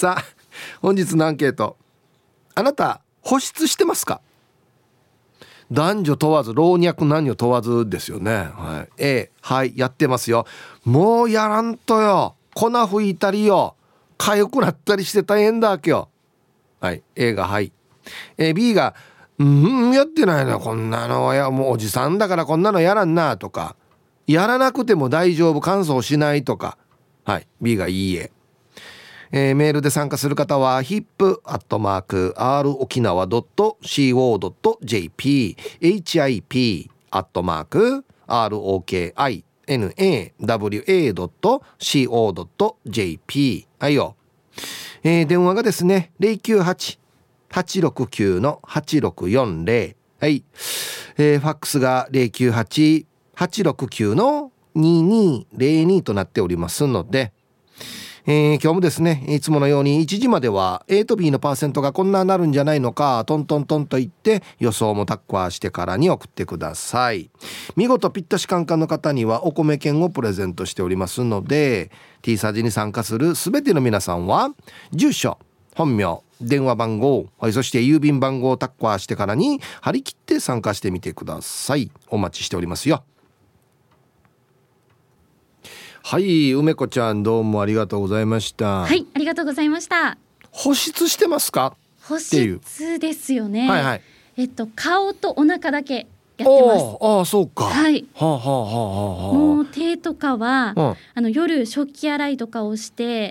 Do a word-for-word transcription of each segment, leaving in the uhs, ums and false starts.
さあ本日のアンケート、あなた保湿してますか？男女問わず老若男女問わずですよね、はい、A、はいやってますよ。もうやらんとよ、粉吹いたりよ、痒くなったりして大変だわけよ。はい、 A がはい。え B がうんやってないな、こんなのはやもうおじさんだからこんなのやらんなとか、やらなくても大丈夫、乾燥しないとか。はい、 B がいいえ。えー、メールで参加する方は ヒップ アットマーク アール 沖縄 ドット シーオー ドット ジェーピー ヒップ アットマーク アール オーケーアイエヌエーダブリューエー ドット シーオー ドット ジェーピー はいよ。えー、電話がですね ゼロきゅうはち はちろくきゅう はちろくよんゼロ、はい、えー、ファックスが ゼロきゅうはち はちろくきゅう ににゼロにとなっておりますので、えー、今日もですねいつものようにいちじまでは A と B のパーセントがこんななるんじゃないのかトントントンと言って予想もタッカーしてからに送ってください。見事ぴったしカンカンの方にはお米券をプレゼントしておりますので T サージに参加するすべての皆さんは住所、本名、電話番号、はい、そして郵便番号をタッカーしてからに張り切って参加してみてください。お待ちしておりますよ。はい、梅子ちゃんどうもありがとうございました。 はい、ありがとうございました。 保湿してますか？ 保湿ですよね。 はいはい。 えっと顔とお腹だけやってます。 ああ、そうか。 はい。 はあ、はあはあはあ、 もう手とかは、 うん、 あの夜食器洗いとかをして、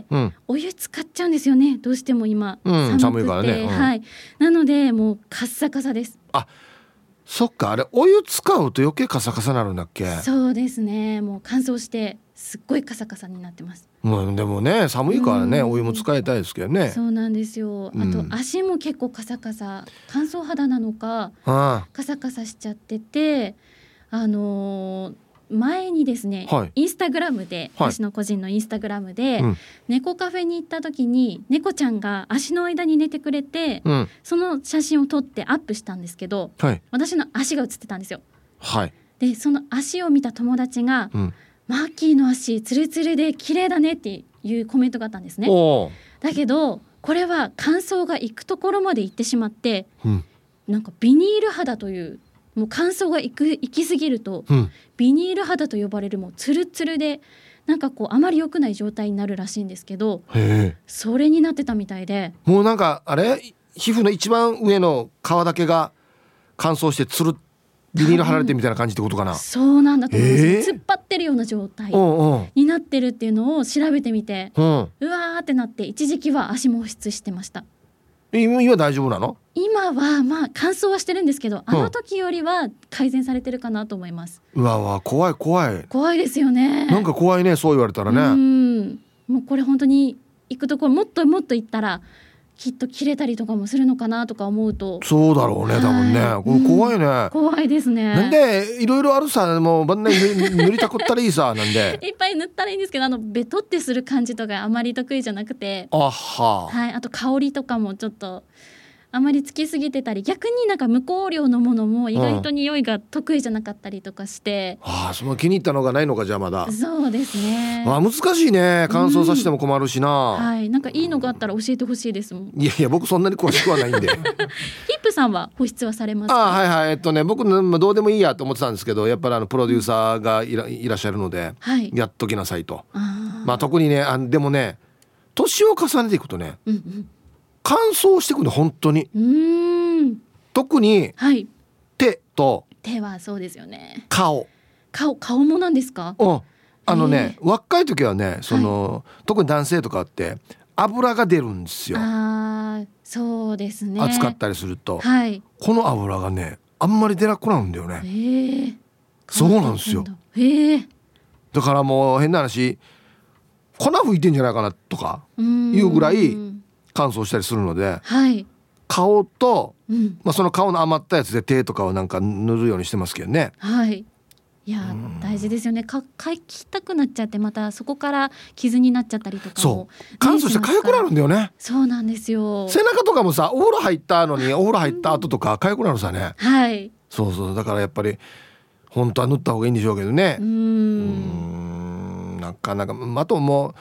うん、お湯使っちゃうんですよね。どうしても今、 うん、寒いからね。うん、 はい。なのでもうカッサカサです。 あ、そっか、あれお湯使うと余計カサカサになるんだっけ？ そうですね。もう乾燥してすっごいカサカサになってます。 うん、でもね寒いからね、お湯も使いたいですけどね。 そうなんですよ。あと、うん、足も結構カサカサ、乾燥肌なのかカサカサしちゃってて、あのー、前にですね、はい、インスタグラムで、はい、私の個人のインスタグラムで、うん、猫カフェに行った時に猫ちゃんが足の間に寝てくれて、うん、その写真を撮ってアップしたんですけど、はい、私の足が写ってたんですよ。はい、でその足を見た友達が、うん、マーキーの足ツルツルで綺麗だねっていうコメントがあったんですね。だけどこれは乾燥が行くところまで行ってしまって、うん、なんかビニール肌というもう乾燥が行く行き過ぎると、うん、ビニール肌と呼ばれるもうツルツルでなんかこうあまり良くない状態になるらしいんですけど、へそれになってたみたいで、 もうなんかあれ皮膚の一番上の皮だけが乾燥してツルッビニール貼られてみたいな感じってことかな。 そうなんだと思います、えー、突っ張ってるような状態になってるっていうのを調べてみて、うん、うわーってなって一時期は足も保湿してました。 今は大丈夫なの？ 今はまあ乾燥はしてるんですけど、あの時よりは改善されてるかなと思います。 うわわ怖い怖い怖いですよね。 なんか怖いね、そう言われたらね。 うん、もうこれ本当に行くところもっともっと行ったらきっと切れたりとかもするのかなとか思うと、 そうだろうね、多分ね、はい、これ怖いね、うん、 怖いですね。 なんでいろいろあるさ、もうバンナ塗りたくったらいいさなんでいっぱい塗ったらいいんですけど、あのベトってする感じとかあまり得意じゃなくて、 あは、 はい、あと香りとかもちょっとあまりつきすぎてたり、逆になんか無香料のものも意外と匂いが得意じゃなかったりとかして、 うん、ああ、その気に入ったのがないのか、じゃあまだ。 そうですね。 あ、難しいね、乾燥させても困るしな、うん、 はい、なんかいいのがあったら教えてほしいですもん。 いやいや、僕そんなに詳しくはないんでヒップさんは保湿はされますか？ あ、はいはい、えっとね、僕のどうでもいいやと思ってたんですけど、やっぱりあのプロデューサーがい ら, いらっしゃるので、はい、やっときなさいと。あ、まあ、特にね、あでもね年を重ねていくとね、うんうん、乾燥してくるの本当に。うーん、特に、はい、手と手はそうですよね。 顔顔顔もなんですか？ うん、あのね、若い時はね、その、はい、特に男性とかって油が出るんですよ。 あ、そうですね、 扱ったりすると、はい、この油がねあんまり出なくなるんだよね。へー、そうなんですよ。へー、だからもう変な話、粉吹いてんじゃないかなとかいうぐらい乾燥したりするので、はい、顔と、うん、まあ、その顔の余ったやつで手とかをなんか塗るようにしてますけどね。 はい、いや大事ですよね。かかきたくなっちゃって、またそこから傷になっちゃったりとかも、 そう、乾燥して痒くなるんだよね。 そうなんですよ。 背中とかもさ、お風呂入ったのにお風呂入った後とか痒くなるさね。 はい、 そうそう、だからやっぱり本当は塗った方がいいんでしょうけどね。うーん、うーん、なかなか、あともう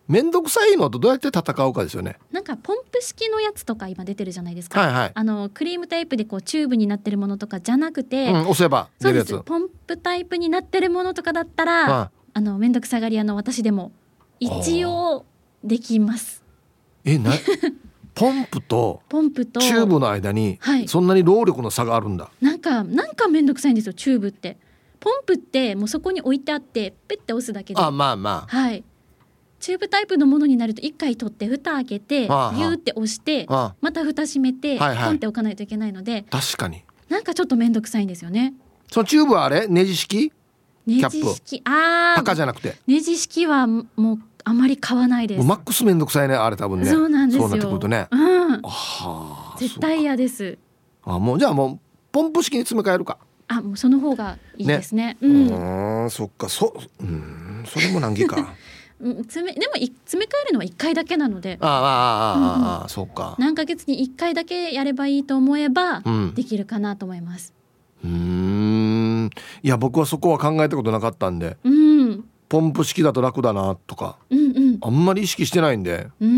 めんどくさいのとどうやって戦うかですよね。 なんかポンプ式のやつとか今出てるじゃないですか、 はいはい、 あのクリームタイプでこうチューブになってるものとかじゃなくて、 うん、押せば出るやつ。 そうです、ポンプタイプになってるものとかだったら、あああのめんどくさがり屋の私でも一応できます。 えなポンプとポンプとチューブの間にそんなに労力の差があるんだ、はい、なんかなんかめんどくさいんですよチューブって。ポンプってもうそこに置いてあってペッて押すだけで、 あまあまあ、 はい、チューブタイプのものになると一回取って蓋開けてビューって押してまた蓋閉めてポンって置かないといけないので、 確かになんかちょっとめんどくさいんですよね。 そのチューブはあれネジ式？ ネジ式、あパカじゃなくてネジ式はもうあまり買わないです。 マックスめんどくさいねあれ多分ね。 そうなんですよ。 そうなってくるとね、 うん、 あ絶対嫌です。 あもうじゃあもうポンプ式に詰め替えるか。 あもうその方がいいですね。 ね、うん、うんそっかそうんそれも難儀か詰めでも詰め替えるのはいっかいだけなので、 ああああああ、うん、そうか。 何ヶ月にいっかいだけやればいいと思えばできるかなと思います。 うーんいや僕はそこは考えたことなかったんで、 うん、 ポンプ式だと楽だなとか、 うんうん、 あんまり意識してないんで、 うん、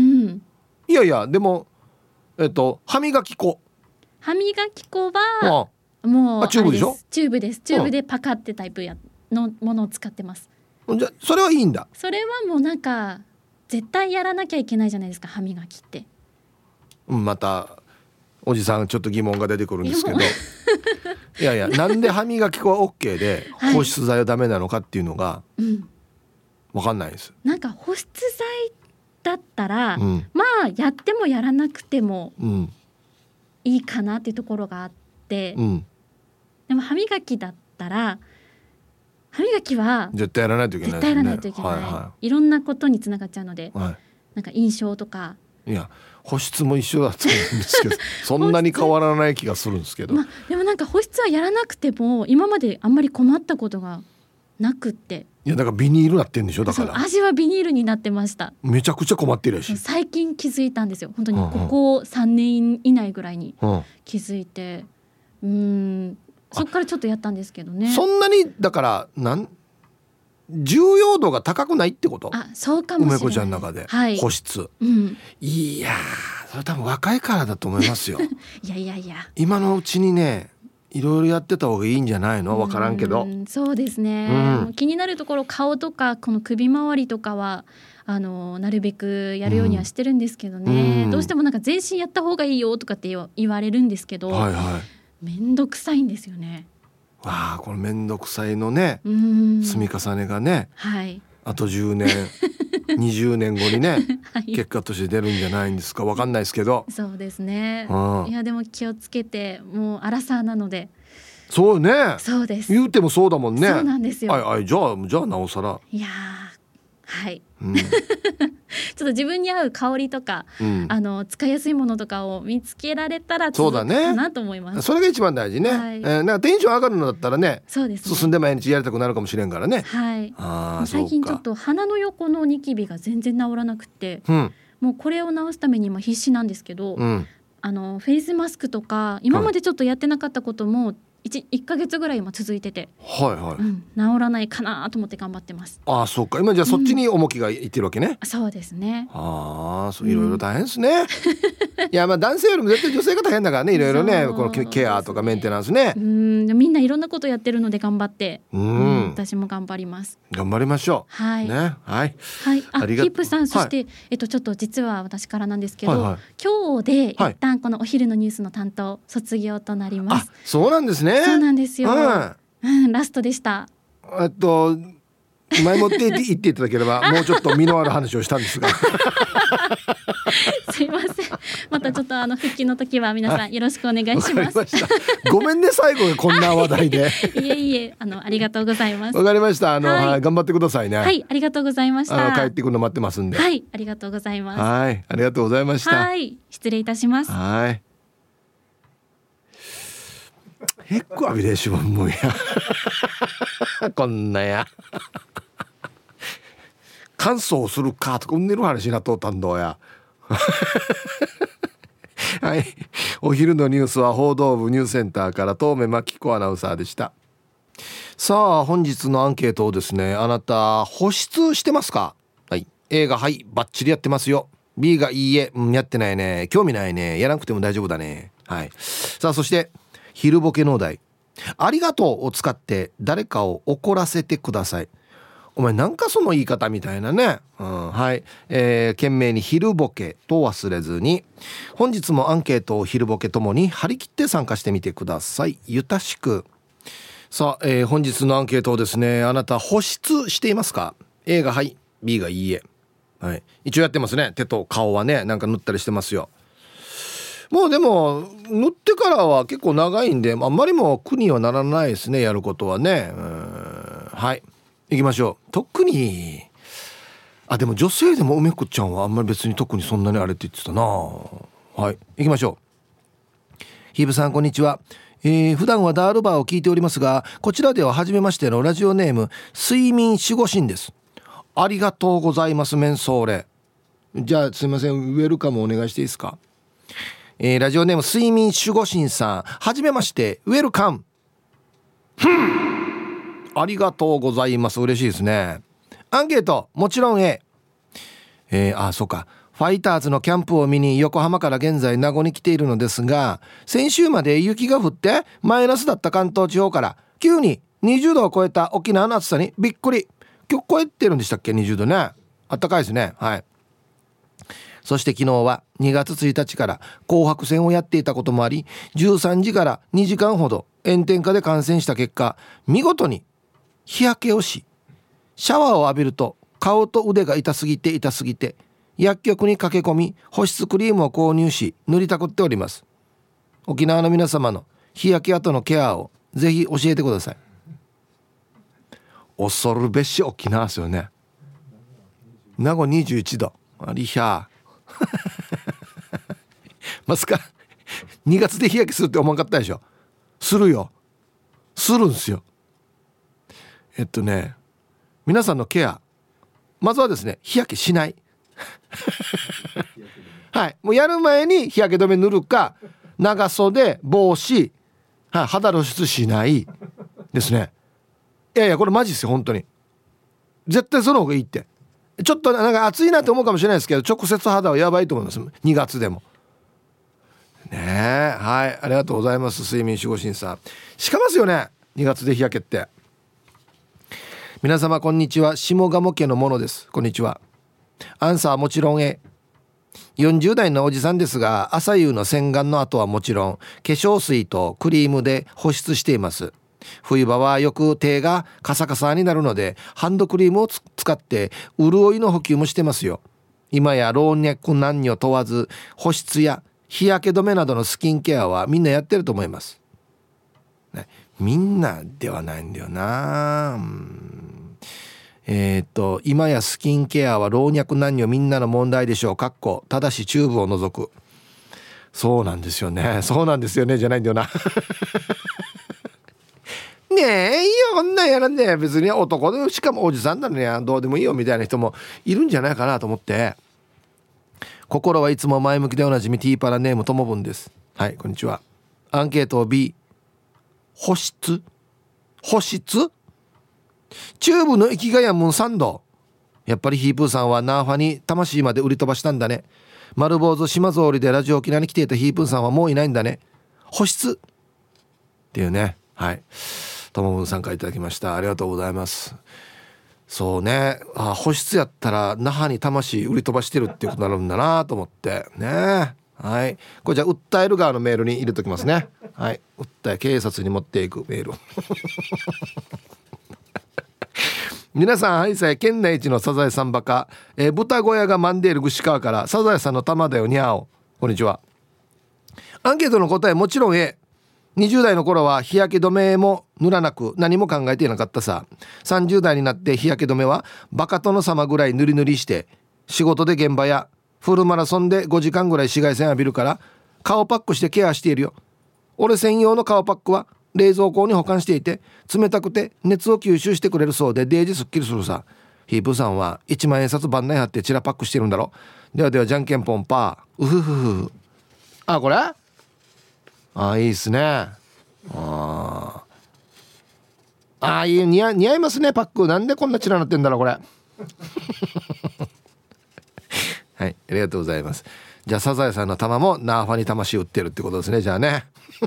いやいやでもえっと歯磨き粉歯磨き粉はもうチューブでしょ。 チューブです。チューブでパカってタイプやのものを使ってます。 じゃそれはいいんだ。それはもうなんか絶対やらなきゃいけないじゃないですか歯磨きって、 うん、またおじさんちょっと疑問が出てくるんですけどいやいやなんで歯磨き粉は OK で保湿剤はダメなのかっていうのが分かんないです、 うん、なんか保湿剤だったら、うん、まあやってもやらなくてもいいかなっていうところがあって、うん、でも歯磨きだったら歯磨きは絶対やらないといけないですね。 絶対やらないといけない、はいはい、いろんなことにつながっちゃうので、はい、なんか印象とか。 いや保湿も一緒だと思うんですけどそんなに変わらない気がするんですけど、まあ、 でもなんか保湿はやらなくても今まであんまり困ったことがなくって。 いやだからビニールなってんでしょ。だから味はビニールになってました。 めちゃくちゃ困ってるし最近気づいたんですよ。本当にここさんねん以内ぐらいに気づいて、うん、うんそっからちょっとやったんですけどね。 そんなにだからなん重要度が高くないってこと？ あ、そうかもしれない。 梅子ちゃんの中で、はい、保湿、 うん、 いやそれ多分若いからだと思いますよいやいやいや今のうちにねいろいろやってた方がいいんじゃないの？分からんけど。 うんそうですね、うん、気になるところ顔とかこの首周りとかはあのなるべくやるようにはしてるんですけどね、うん、どうしてもなんか全身やった方がいいよとかって言われるんですけど、はいはい、めんどくさいんですよね。 わあこのめんどくさいのね積み重ねがね、はい、あとじゅうねんにじゅうねんごにね、はい、結果として出るんじゃないんですか。わかんないですけど。 そうですね、うん、いやでも気をつけてもうアラサーなので。 そうね。 そうです。 言うてもそうだもんね。 そうなんですよ。 はいはい、じゃあじゃあなおさら。 いやはい、うん、ちょっと自分に合う香りとか、うん、あの使いやすいものとかを見つけられたら続くかなと思います。 そ, それが一番大事ね、はい、えー、なんかテンション上がるのだったらね、 そうですね、 進んで毎日やりたくなるかもしれんからね、 はい、あ最近ちょっと鼻の横のニキビが全然治らなくて、うん、もうこれを治すために今必死なんですけど、うん、あのフェイスマスクとか今までちょっとやってなかったことも 1, いっかげつぐらい今続いてて、 はいはい、うん、 治らないかなと思って頑張ってます。 ああそうか、今じゃあそっちに重きがいってるわけね、 うん、そうですね。 ああそういろいろ大変ですね、うん、いやまあ男性よりも絶対女性が大変だからね、いろいろね、このケアとかメンテナンスね、 うん、みんないろんなことやってるので頑張って、うんうん、私も頑張ります。 頑張りましょう、 はい、 ね、はい、 はい、あ、キープさん、そして、はい、えっとちょっと実は私からなんですけど、はいはい、今日で一旦このお昼のニュースの担当卒業となります。 あ、そうなんですね。 そうなんですよ、うんうん、ラストでした。 えっと前もって言っていただければもうちょっと身のある話をしたんですがすいません、またちょっとあの復帰の時は皆さんよろしくお願いします。 わかりました。ごめんね最後こんな話題でいえいえ、あのありがとうございます。 わかりました。あの、はい、頑張ってくださいね。 はい、ありがとうございました。 あの帰ってくるの待ってますんで。 はい、ありがとうございます。 はい、ありがとうございました。 はい、失礼いたします。 はい、へっこアビレーションもんやこんなや乾燥するかとかうんねる話なとったんどうやはい、お昼のニュースは報道部ニュースセンターから東目真紀子アナウンサーでした。さあ本日のアンケートをですね、あなた保湿してますか？はい、 A がはいバッチリやってますよ。 B がいいえ、うん、やってないね、興味ないね、やらなくても大丈夫だね。はい。さあそして昼ボケのお題、ありがとうを使って誰かを怒らせてください。お前なんかその言い方みたいなね、うん、はい、えー、懸命に昼ボケと忘れずに、本日もアンケートを昼ボケともに張り切って参加してみてください。ゆたしく。さあ、えー、本日のアンケートをですね、あなた保湿していますか？ A がはい、 B がいいえ。はい、一応やってますね。手と顔はね、なんか塗ったりしてますよ。もうでも塗ってからは結構長いんで、あんまりも苦にはならないですね、やることはね。うん、はい行きましょう。特にあでも女性でも梅子ちゃんはあんまり別に特にそんなにあれって言ってたな。はい行きましょう。ヒーブさんこんにちは。えー、普段はダールバーを聞いておりますが、こちらでは初めましてのラジオネーム睡眠守護神です。ありがとうございます。メンソーレ。じゃあすいません、ウェルカムお願いしていいですか？えー、ラジオネーム睡眠守護神さん、はじめまして、ウェルカム。ありがとうございます。嬉しいですね。アンケートもちろん A。 えー、あそうか、ファイターズのキャンプを見に横浜から現在名護に来ているのですが、先週まで雪が降ってマイナスだった関東地方から急ににじゅうどを超えた沖縄の暑さにびっくり。今日超えてるんでしたっけ？にじゅうどね、あったかいですね。はい。そして昨日はにがつついたちから紅白戦をやっていたこともあり、じゅうさんじからにじかんほど炎天下で観戦した結果、見事に日焼けをし、シャワーを浴びると顔と腕が痛すぎて痛すぎて薬局に駆け込み保湿クリームを購入し塗りたくっております。沖縄の皆様の日焼け後のケアをぜひ教えてください。恐るべし沖縄ですよね。名護にじゅういちど、ありひゃまさかにがつで日焼けするって思わなかったでしょ。するよ、するんすよ。えっとね皆さんのケア、まずはですね、日焼けしないはい、もうやる前に日焼け止め塗るか、長袖帽子、はい、肌露出しないですね。いやいやこれマジですよ、本当に絶対その方がいいって。ちょっとなんか暑いなと思うかもしれないですけど、直接肌はやばいと思います、にがつでもねえ。はい、ありがとうございます。睡眠守護神さん、しかますよね、にがつで日焼けって。皆様こんにちは、下鴨家のものです。こんにちは。アンサーはもちろん A。 よんじゅう代のおじさんですが、朝夕の洗顔の後はもちろん化粧水とクリームで保湿しています。冬場はよく手がカサカサになるのでハンドクリームを使って潤いの補給もしてますよ。今や老若男女問わず保湿や日焼け止めなどのスキンケアはみんなやってると思います、ね、みんなではないんだよな。うんえー、っと今やスキンケアは老若男女みんなの問題でしょう。かっこただしチューブを除く。そうなんですよね、そうなんですよねじゃないんだよなねえいいよこんなんやらんで、別に男でしかもおじさんなのにどうでもいいよみたいな人もいるんじゃないかなと思って。心はいつも前向きでおなじみティーパラネームともぶんです。はい、こんにちは。アンケート B。 保湿保湿チューブの生きがやむんさんど。やっぱりヒープーさんはナーファに魂まで売り飛ばしたんだね。丸坊主島ぞうりでラジオ沖縄に来ていたヒープーさんはもういないんだね。保湿っていうね。はい、ともぶんさんからいただきました。ありがとうございます。そうね、あ保湿やったら那覇に魂売り飛ばしてるっていうことになるんだなと思ってね。はい、これじゃあ訴える側のメールに入れときますね。はい、訴え警察に持っていくメール皆さんはいさい、県内一のサザエさんバカ、えー、豚小屋がマンデール串川からサザエさんの玉だよにゃお。こんにちは。アンケートの答えもちろん A。にじゅう代の頃は日焼け止めも塗らなく何も考えていなかったさ。さんじゅう代になって日焼け止めはバカ殿様ぐらい塗り塗りして、仕事で現場やフルマラソンでごじかんぐらい紫外線浴びるから顔パックしてケアしているよ。俺専用の顔パックは冷蔵庫に保管していて冷たくて熱を吸収してくれるそうでデージすっきりするさ。ヒープさんはいちまん円札番内貼ってチラパックしてるんだろ。ではではじゃんけんポンパー。うふふふ。あこれあいいっすね。ああいい似合、似合いますねパック。なんでこんなチラなってんだろうこれはい、ありがとうございます。じゃあサザエさんの玉もナーファに魂売ってるってことですね。じゃあね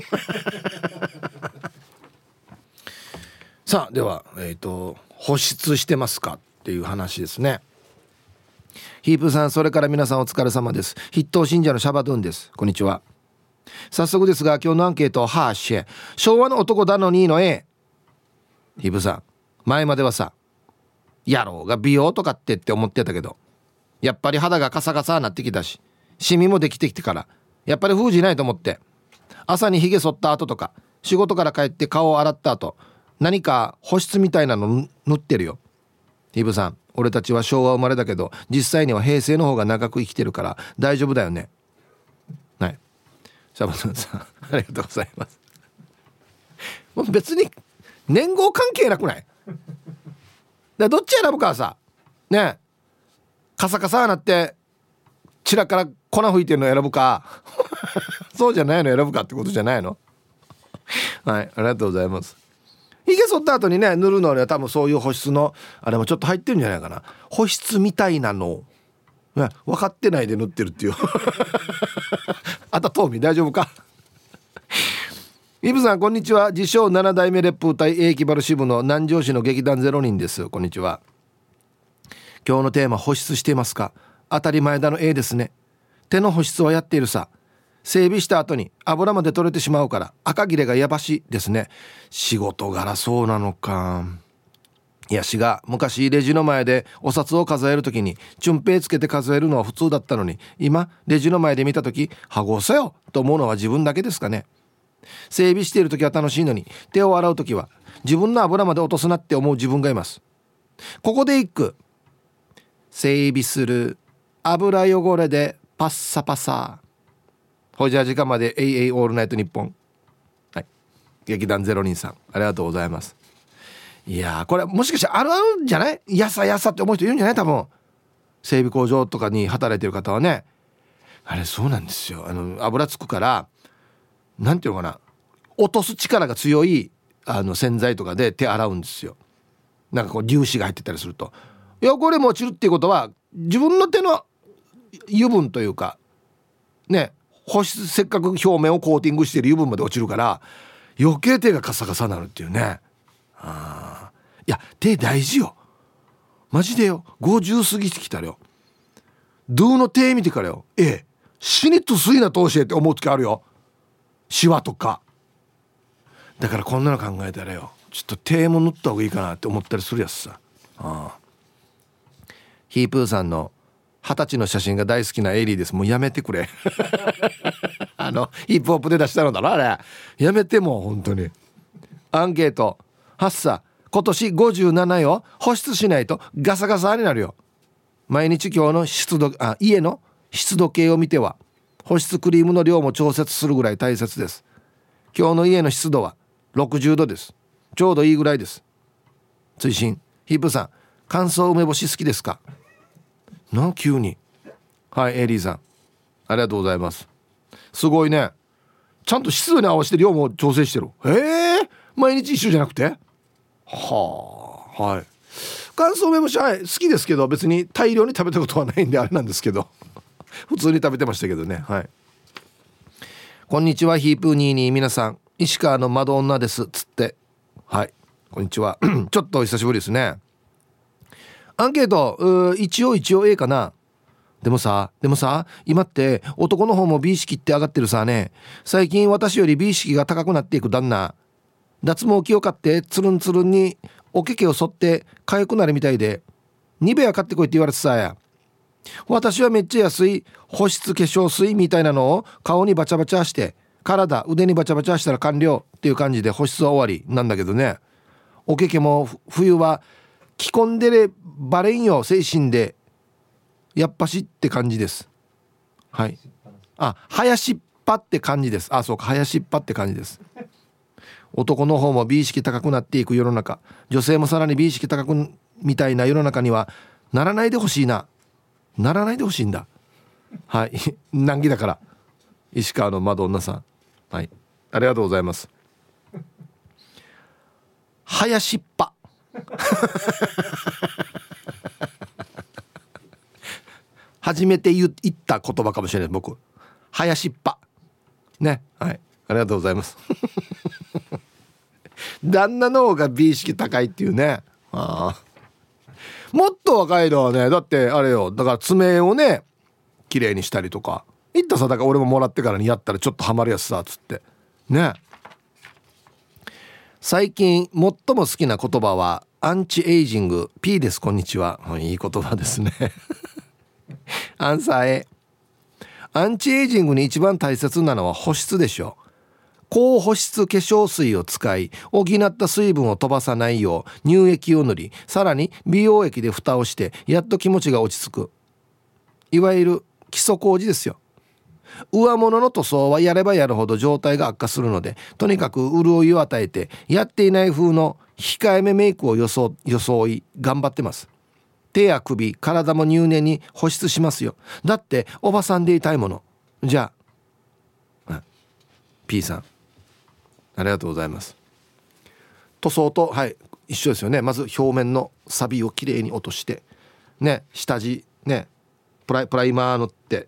さあでは、えーと、保湿してますかっていう話ですね。ヒープさん、それから皆さんお疲れ様です。筆頭信者のシャバドゥンです。こんにちは。早速ですが今日のアンケート、ハーシェ昭和の男だのにの A。 ヒープさん、前まではさ、野郎が美容とかってって思ってたけど、やっぱり肌がカサカサなってきたし、シミもできてきてからやっぱり封じないと思って、朝にひげ剃った後とか仕事から帰って顔を洗った後、何か保湿みたいなの塗ってるよ。ヒブさん、俺たちは昭和生まれだけど実際には平成の方が長く生きてるから大丈夫だよね。はい、シャバさんさんありがとうございます。もう別に年号関係なくない？だどっち選ぶかはさね、カサカサなってチラから粉吹いてるの選ぶかそうじゃないの選ぶかってことじゃないのはい、ありがとうございます。ひげ剃った後にね塗るのには多分そういう保湿のあれもちょっと入ってるんじゃないかな。保湿みたいなの、ね、分かってないで塗ってるっていうあとトーミー大丈夫かイブさん、こんにちは。自称なな代目烈風隊英気原支部の南城市の劇団ゼロ人です。こんにちは。今日のテーマ、保湿していますか。当たり前だの A ですね。手の保湿はやっているさ。整備した後に油まで取れてしまうから赤切れがやばしですね。仕事柄そうなのか。いやしが昔レジの前でお札を数えるときにチュンペイつけて数えるのは普通だったのに、今レジの前で見たときはごせよと思うのは自分だけですかね。整備しているときは楽しいのに手を洗うときは自分の油まで落とすなって思う自分がいます。ここで一句。整備する油汚れでパッサパサ。ほじゃ時間まで エーエー オールナイトニッポン。はい、劇団ゼロ人さんありがとうございます。いやーこれもしかしてあるあるんじゃない？やさやさって思う人いるんじゃない？多分整備工場とかに働いてる方はね。あれそうなんですよ。あの油つくからなんていうのかな、落とす力が強いあの洗剤とかで手洗うんですよ。なんかこう粒子が入ってたりすると汚れも落ちるっていうことは自分の手の油分というかね、保湿、せっかく表面をコーティングしている油分まで落ちるから余計手がカサカサになるっていうね。あ、いや手大事よマジでよ。ごじゅう過ぎてきたらよ、ドゥの手見てからよ、ええ死にとすいな通してって思う時あるよ。シワとかだからこんなの考えたらよ、ちょっと手も塗った方がいいかなって思ったりするやつさ。ああ、ヒープーさんの二十歳の写真が大好きなエリーです。もうやめてくれあのヒップホップで出したのだろあれ。やめてもう本当に。アンケートはっさ、今年ごじゅうななよ。保湿しないとガサガサになるよ。毎日今日の湿度あ家の湿度計を見ては保湿クリームの量も調節するぐらい大切です。今日の家の湿度はろくじゅうどです。ちょうどいいぐらいです。追伸、ヒップさん、乾燥梅干し好きですか？な急に。はい、エリーさんありがとうございます。すごいね、ちゃんと湿度に合わせて量も調整してる。へえ、毎日一緒じゃなくて。はあ、はい、乾燥梅干し、はい、好きですけど別に大量に食べたことはないんであれなんですけど普通に食べてましたけどね。はい、こんにちはヒープーニーニー、皆さん石川の窓女ですつって。はい、こんにちはちょっとお久しぶりですね。アンケート一応一応 A かな。でもさでもさ今って男の方も美意識って上がってるさね。最近私より美意識が高くなっていく旦那、脱毛器を買ってつるんつるんにおけけを剃って痒くなるみたいで、ニベア買ってこいって言われてさや。私はめっちゃ安い保湿化粧水みたいなのを顔にバチャバチャして体腕にバチャバチャしたら完了っていう感じで保湿は終わりなんだけどね。おけけも冬は着込んでれバレんよ精神でやっぱしって感じです。はい、あ、林っぱって感じです。あ、そうか、林っぱって感じです。男の方も美意識高くなっていく世の中、女性もさらに美意識高くみたいな世の中にはならないでほしいな。ならないでほしいんだ。はい難儀だから石川の窓女さん、はい、ありがとうございます。林っぱ初めて言った言葉かもしれない。僕林っぱね。はい、ありがとうございます旦那の方が美意識高いっていうね。あもっと若いのはね、だってあれよ、だから爪をね綺麗にしたりとか言ったさ。だから俺ももらってからにやったらちょっとハマるやつさつってね。最近最も好きな言葉はアンチエイジング P です。こんにちは。いい言葉ですねアンサー A。 アンチエイジングに一番大切なのは保湿でしょう。高保湿化粧水を使い、補った水分を飛ばさないよう乳液を塗り、さらに美容液で蓋をしてやっと気持ちが落ち着く、いわゆる基礎工事ですよ。上物の塗装はやればやるほど状態が悪化するので、とにかく潤いを与えて、やっていない風の控えめメイクを装装い頑張ってます。手や首、体も入念に保湿しますよ。だっておばさんでいたいもの。じゃあ、うん、P さんありがとうございます。塗装とはい一緒ですよね。まず表面のサビをきれいに落としてね、下地ね、プライ、プライマー塗って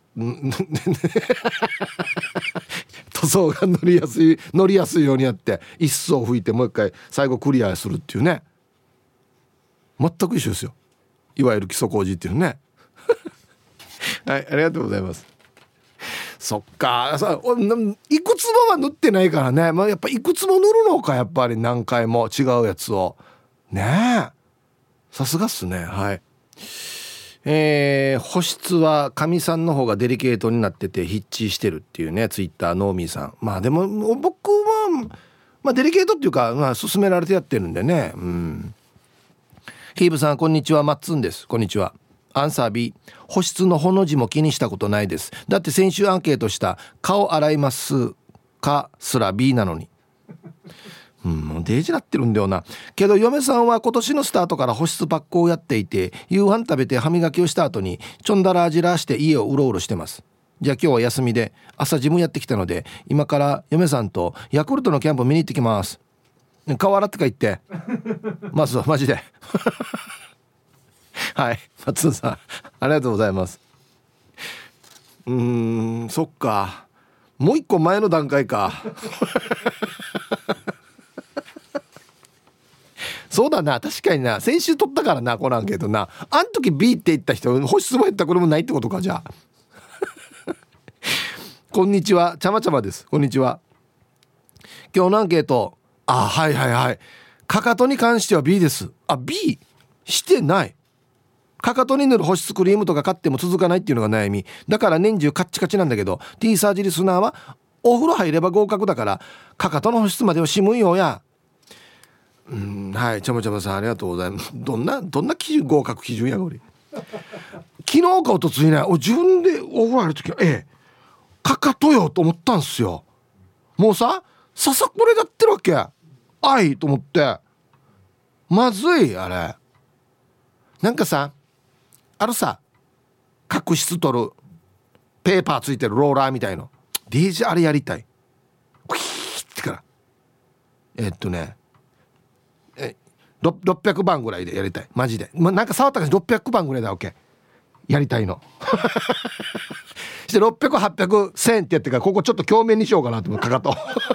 塗装が乗りやすい乗りやすいようにやって一層拭いてもう一回最後クリアするっていうね。全く一緒ですよ。いわゆる基礎工事っていうねはい、ありがとうございます。そっか、さいくつもは塗ってないからね、まあ、やっぱいくつも塗るのか、やっぱり何回も違うやつをねえ、さすがっすね。はい。えー、保湿は神さんの方がデリケートになっててヒッチしてるっていうね、ツイッターノーミーさん。まあでも僕は、まあ、デリケートっていうか、まあ、勧められてやってるんでね。うん。ヒーブさんこんにちは、マッツンです。こんにちは。アンサー B。 保湿のほの字も気にしたことないです。だって先週アンケートした顔洗いますかすら B なのに。うん、もうデージなってるんだよな。けど嫁さんは今年のスタートから保湿パックをやっていて、夕飯食べて歯磨きをした後にちょんだらじらして家をうろうろしてます。じゃあ今日は休みで朝ジムやってきたので、今から嫁さんとヤクルトのキャンプ見に行ってきます。顔洗ってか言ってまずはマジではい松尾さんありがとうございます。うーん、そっか、もう一個前の段階かそうだな、確かにな、先週取ったからなこのアンケートな。あん時 B って言った人保湿も減ったこれもないってことか。じゃあこんにちは、ちゃまちゃまです。こんにちは。今日のアンケート、あ、はいはいはい、かかとに関しては B です。あ、 B してない。かかとに塗る保湿クリームとか買っても続かないっていうのが悩みだから年中カッチカチなんだけど、 T サージリスナーはお風呂入れば合格だからかかとの保湿まではしむんよや。うん、はい、ちゃまちゃまさんありがとうございます。どんなどんな基準、合格基準やこれ昨日かおとついね、自分でお風呂入るときはええかかとよと思ったんすよ。もうさささこれだってるわけあいと思って、まずい。あれなんかさあるさ、角質取るペーパーついてるローラーみたいの ディージェー あれやりたい。クイーってからえー、っとねえろっぴゃくばんぐらいでやりたいマジで、ま、なんか触ったからろっぴゃくばんぐらいだわけやりたいのしてろっぴゃく、はっぴゃく、せんってやってからここちょっと鏡面にしようかなと思うかかと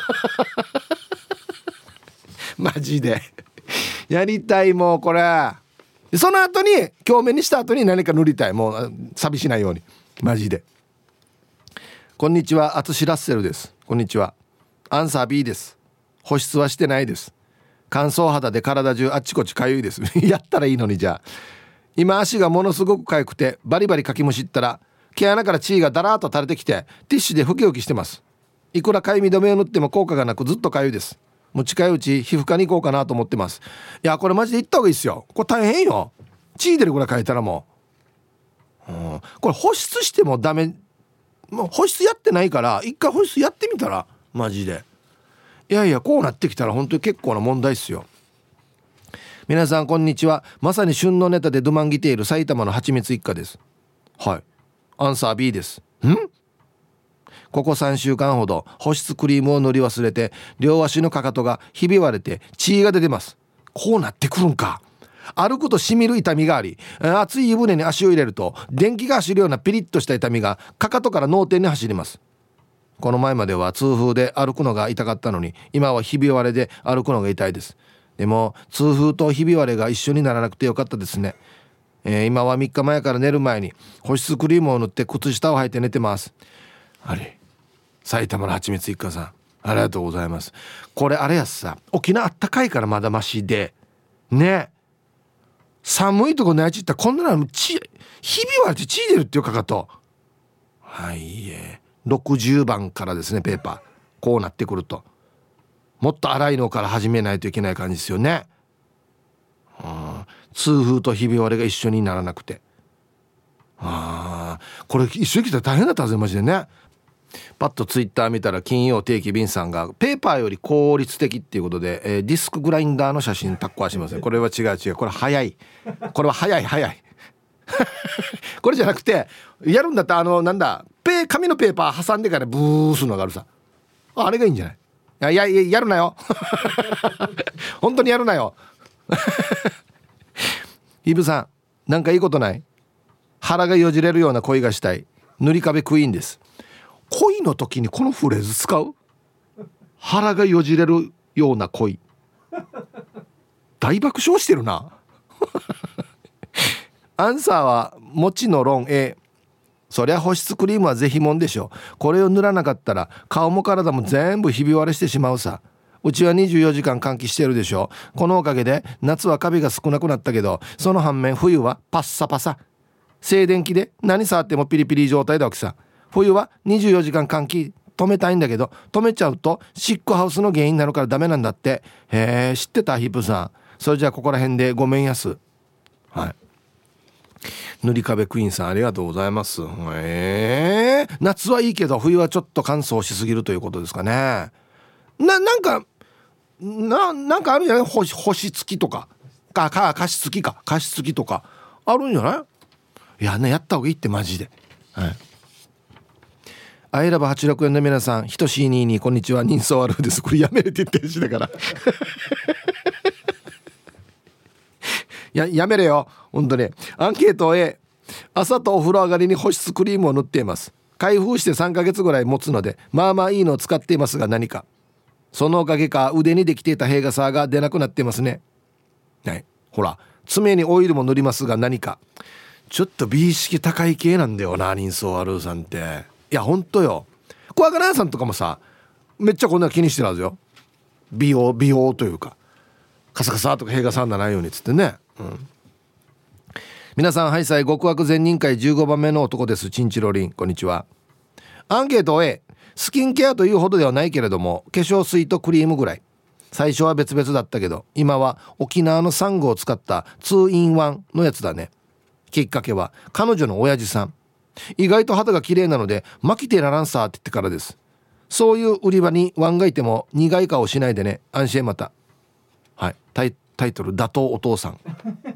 マジでやりたい。もうこれその後に鏡面にした後に何か塗りたい。もう寂しないようにマジで。こんにちは、アツシラッセルです。こんにちは。アンサー B です。保湿はしてないです。乾燥肌で体中あっちこっちかゆいですやったらいいのに。じゃあ今足がものすごくかゆくてバリバリかきむしったら毛穴から血がだらーっと垂れてきてティッシュで拭き拭きしてます。いくらかゆみ止めを塗っても効果がなくずっとかゆいです。もう近いうち皮膚科に行こうかなと思ってます。いやこれマジで行った方がいいですよ。これ大変よ。血出るぐらいかいたらもう、うん、これ保湿してもダメ。もう保湿やってないから一回保湿やってみたらマジで。いやいやこうなってきたら本当に結構な問題っすよ。皆さんこんにちは。まさに旬のネタでドマンギている埼玉のはちみつ一家です。はい、アンサー B です。んここさんしゅうかんほど保湿クリームを塗り忘れて両足のかかとがひび割れて血が出てます。こうなってくるんか。 歩くとしみる痛みがあり、熱い湯船に足を入れると電気が走るようなピリッとした痛みがかかとから脳天に走ります。この前までは痛風で歩くのが痛かったのに、今はひび割れで歩くのが痛いです。でも痛風とひび割れが一緒にならなくてよかったですね。えー、今はみっかまえから寝る前に保湿クリームを塗って靴下を履いて寝てます。あれ、埼玉のはちみつ一家さん、ありがとうございます。これあれやさ、沖縄あったかいからまだマシでね、寒いとこのやちったらこんなの血ひび割れて血出るっていうかかと、はい、えろくじゅうばんからですね、ペーパーこうなってくるともっと粗いのから始めないといけない感じですよね。うん、痛風とひび割れが一緒にならなくて、あこれ一緒に来たら大変だったはずマジでね。パッとツイッター見たら金曜定期便さんがペーパーより効率的っていうことで、えー、ディスクグラインダーの写真タッコはしますね。これは違う違う、これ早い、これは早い早いこれじゃなくて、やるんだったらあのなんだペ紙のペーパー挟んでからブーするのがあるさ、あれがいいんじゃない。いやいややるなよ本当にやるなよイブさん、なんかいいことない？腹がよじれるような恋がしたい、塗り壁クイーンです。恋の時にこのフレーズ使う？腹がよじれるような恋、大爆笑してるなアンサーはもちの論 A。 そりゃ保湿クリームはぜひもんでしょ。これを塗らなかったら顔も体も全部ひび割れしてしまうさ。うちはにじゅうよじかん換気してるでしょ。このおかげで夏はカビが少なくなったけど、その反面冬はパッサパサ、静電気で何触ってもピリピリ状態だわけさ。冬はにじゅうよじかん換気止めたいんだけど、止めちゃうとシックハウスの原因になるからダメなんだって。へえ、知ってたヒップさん。それじゃあここら辺でごめんやす。はい、塗り壁クイーンさんありがとうございます。へえ、夏はいいけど冬はちょっと乾燥しすぎるということですかね。な、なんかな、なんかあるんじゃない？星、星付きとかか、か、加湿器か、加湿器とかあるんじゃない？いやね、やった方がいいってマジで。はい。アイラブはちろくよんの皆さん、ひとしいにいにこんにちは、人相悪です。これやめれてってしだからや, やめれよ本当に。アンケート A、 朝とお風呂上がりに保湿クリームを塗っています。開封してさんかげつぐらい持つのでまあまあいいのを使っていますが、何かそのおかげか腕にできていたヘーガサーが出なくなっていますね。はい、ほら爪にオイルも塗りますが、何かちょっと美意識高い系なんだよな、人相悪さんって。いやほんとよ、小赤菜さんとかもさ、めっちゃこんな気にしてるはずよ。美容美容というか、カサカサとかヘーガサーにならないようにっつってね。うん、皆さんハイサイ、極悪善人会じゅうごばんめの男です。チンチロリン、こんにちは。アンケート A、 スキンケアというほどではないけれども化粧水とクリームぐらい。最初は別々だったけど今は沖縄のサンゴを使った ツーインワン のやつだね。きっかけは彼女の親父さん、意外と肌が綺麗なので巻きてならんさって言ってからです。そういう売り場にワンがいても苦い顔しないでね、安心また。はい、タイ、タイトル打倒お父さん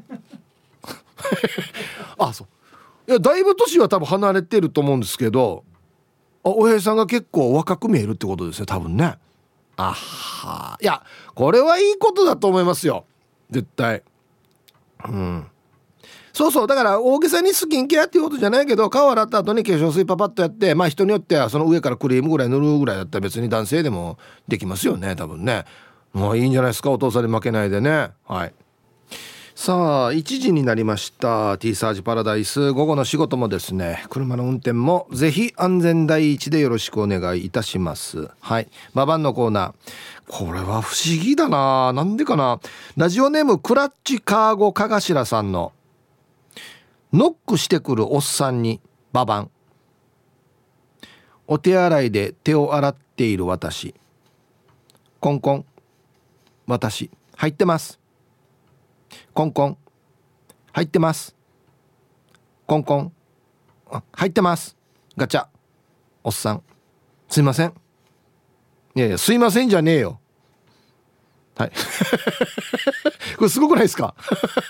あ、そう、いやだいぶ年は多分離れてると思うんですけど、あ、おへいさんが結構若く見えるってことですね、多分ね。あは、いやこれはいいことだと思いますよ、絶対。うん、そうそう、だから大げさにスキンケアっていうことじゃないけど、顔洗った後に化粧水パパッとやって、まあ人によってはその上からクリームぐらい塗るぐらいだったら別に男性でもできますよね、多分ね。もういいんじゃないですか、お父さんに負けないでね。はい、さあいちじになりました。 T サージパラダイス、午後の仕事もですね、車の運転もぜひ安全第一でよろしくお願いいたします。はい、ババンのコーナー、これは不思議だな、なんでかな。ラジオネームクラッチカーゴかがしらさんの、ノックしてくるおっさんにババン。お手洗いで手を洗っている私、コンコン、私入ってます。コンコン、入ってます。コンコン、入ってます。ガチャ。おっさん、すいません。いやいや、すいませんじゃねえよ。はいこれすごくないですか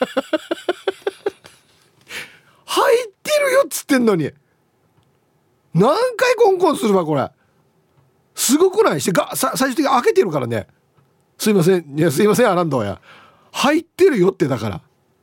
入ってるよっつってんのに何回コンコンするわ、これすごくない？してがさ最終的に開けてるからね。すいません、いやすいませんアランドや、入ってるよって。だから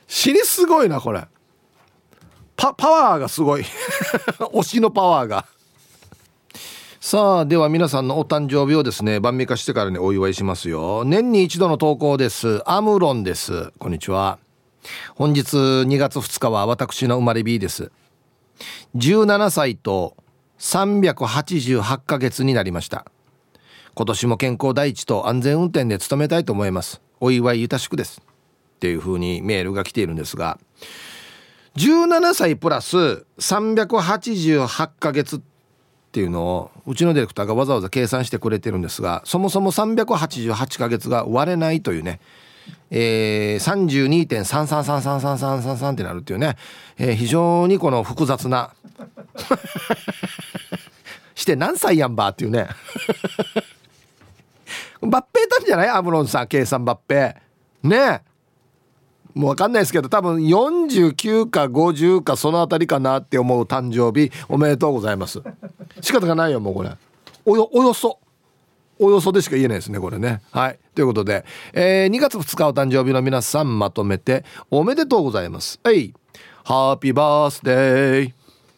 尻すごいなこれ。パ, パワーがすごい推しのパワーが。さあでは皆さんのお誕生日をですね晩御飯してからにお祝いしますよ。年に一度の投稿です。アムロンです。こんにちは。本日にがつふつかは私の生まれ日です。じゅうななさいとさんびゃくはちじゅうはちかげつになりました。今年も健康第一と安全運転で努めたいと思います。お祝いゆたしくですっていう風にメールが来ているんですが、じゅうななさいプラスさんびゃくはちじゅうはちかげつっていうのをうちのディレクターがわざわざ計算してくれてるんですが、そもそもさんびゃくはちじゅうはちかげつが割れないというね、えー、さんじゅうにてんさんさんさんさんさんさんさんさんってなるっていうね、えー、非常にこの複雑なして何歳やんばっていうね抜兵たんじゃないアムロンさん、計算抜兵ねえ、もう分かんないですけど多分よんじゅうきゅうかごじゅうかそのあたりかなって思う誕生日おめでとうございます。仕方がないよもうこれおよ、およそおよそでしか言えないですねこれね。はいということで、えー、にがつふつかお誕生日の皆さんまとめておめでとうございます。はい、ハッピーバースデー。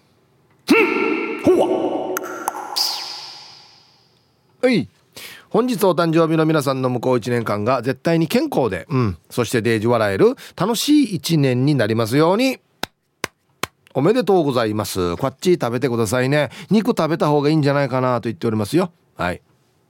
ほわはい、本日お誕生日の皆さんの向こういちねんかんが絶対に健康で、うん、そしてデージ笑える楽しいいちねんになりますように。おめでとうございます。こっち食べてくださいね。肉食べた方がいいんじゃないかなと言っておりますよ。はい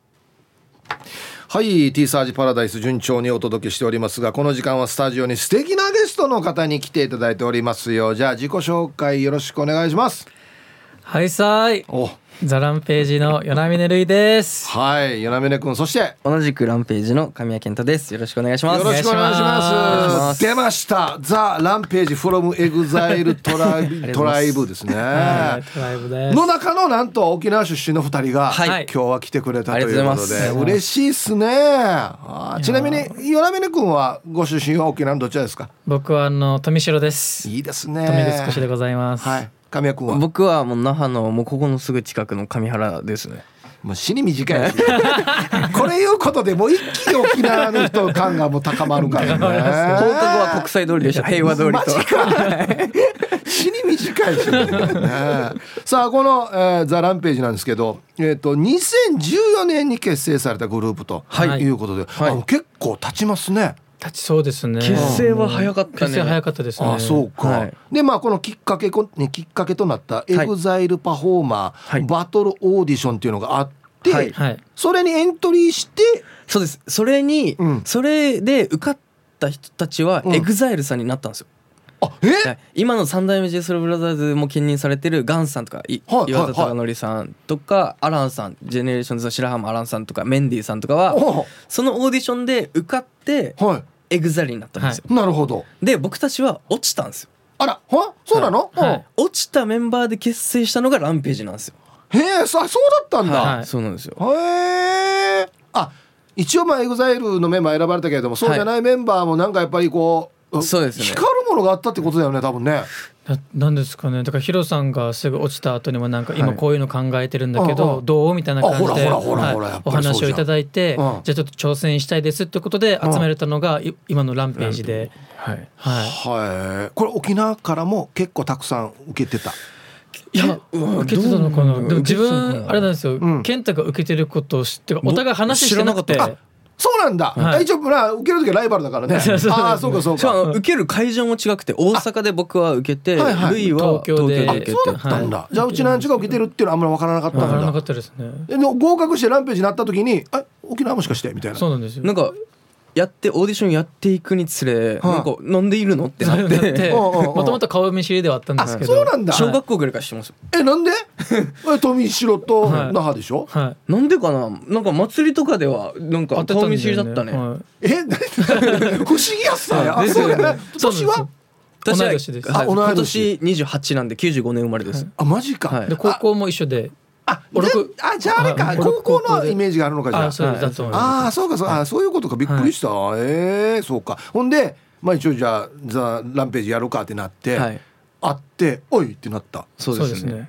はい、 T サージパラダイス順調にお届けしておりますが、この時間はスタジオに素敵なゲストの方に来ていただいておりますよ。じゃあ自己紹介よろしくお願いします。 はいさーい、おザランページの与那嶺るいです。 はい、与那嶺くん、そして同じくランページの神谷健太です。よろしくお願いします。 よろしくお願いします。出ましたザ・ランページ from エグザイル トライトライブですね。 はい、トライブです。 の中のなんと沖縄出身のふたりが、はい、今日は来てくれたということで嬉しいですね。あ、ちなみに与那嶺くんはご出身は沖縄のどちらですか？ 僕はあの富城です。 いいですね。 富城市でございます。 はい、神谷君は？ 僕はもう那覇のもうここのすぐ近くの上原ですね。 もう死に短いこれいうことでもう一気に沖縄の人の感がもう高まるからね。放課後は国際通りでした。平和通りとマジか死に短いし、ね、さあこの、えー、ザ・ランページなんですけど、えー、とにせんじゅうよねんに結成されたグループと、はい、いうことで、はい、あの結構経ちますね。 立ちそうですね。 結成は早かったね。 結成早かったですね。 あ、そうか、はい、でまあこのきっかけ、ね、きっかけとなったエグザイルパフォーマー、はい、バトルオーディションっていうのがあって、はいはい、それにエントリーして、 そうです。それに、うん、それで受かった人たちはエグザイルさんになったんですよ。 あ、え、 はい、今の三代目 ジェイソウルブラザーズも兼任されてるガンさんとか、はい、岩田貴則さんとか、はい、アランさん、ジェネレーションズの白浜アランさんとかメンディーさんとかはそのオーディションで受かって、はい、エグザイルになったんですよ、 はい、なるほど。 で僕たちは落ちたんですよ。 あら、はそうなの、 はいはい、落ちたメンバーで結成したのがランページなんですよ。 へえ、そうだったんだ、 はい、そうなんですよ。 へえ。あ、一応まあエグザイルのメンバー選ばれたけれども、そうじゃないメンバーもなんかやっぱりこう、 そうですね、 光るものがあったってことだよね、多分ね。 な, なんですかね。だからヒロさんがすぐ落ちた後にもなんか今こういうの考えてるんだけど、はい、どうみたいな感じでお話をいただいて、うん、じゃあちょっと挑戦したいですってことで集めれたのが、うん、今のランページで、はいはいはい、これ沖縄からも結構たくさん受けてた？ いや、受けてたのかな。でも自分あれなんですよ、うん、健太が受けてることを知ってお互い話してなくて。 そうなんだ、はい、一応受けるときはライバルだからね。ああ、そうかそうか。 受ける会場も違くて、大阪で僕は受けて、はいはい、ルイは東京で受けて。 そうだったんだ、はい、じゃあうちなんちが受けてるっていうのはあんまり分からなかったんだ。 分からなかったですね。 で合格してランページになった時に、あ、沖縄もしかしてみたいな。 そうなんですよ。 なんかやってオーディションやっていくにつれ、はあ、なんかなんでいるのってなってもともと顔見知りではあったんですけど。 そうなんだ。 小学校ぐらいからしてますよ。 え、なんで富城と那覇でしょ、 はいはい、なんでかな。なんか祭りとかではなんか顔見知りだったね、はい、 え不思議やっさや。あ、そうだね。年は同い年です。 はい、今年にじゅうはちなんできゅうじゅうごねん生まれです、はい、 あ、マジか、 はい、で高校も一緒で。 あ, あじゃああれか、高校のイメージがあるのか。じゃあ、あ、そうだと思います。あ、そうかそう、あ、そういうことか。びっくりした、はい、えー、そうか。ほんで、まあ、一応じゃあザ・ランページやろうかってなって、はい、会っておいってなった。 そうですね。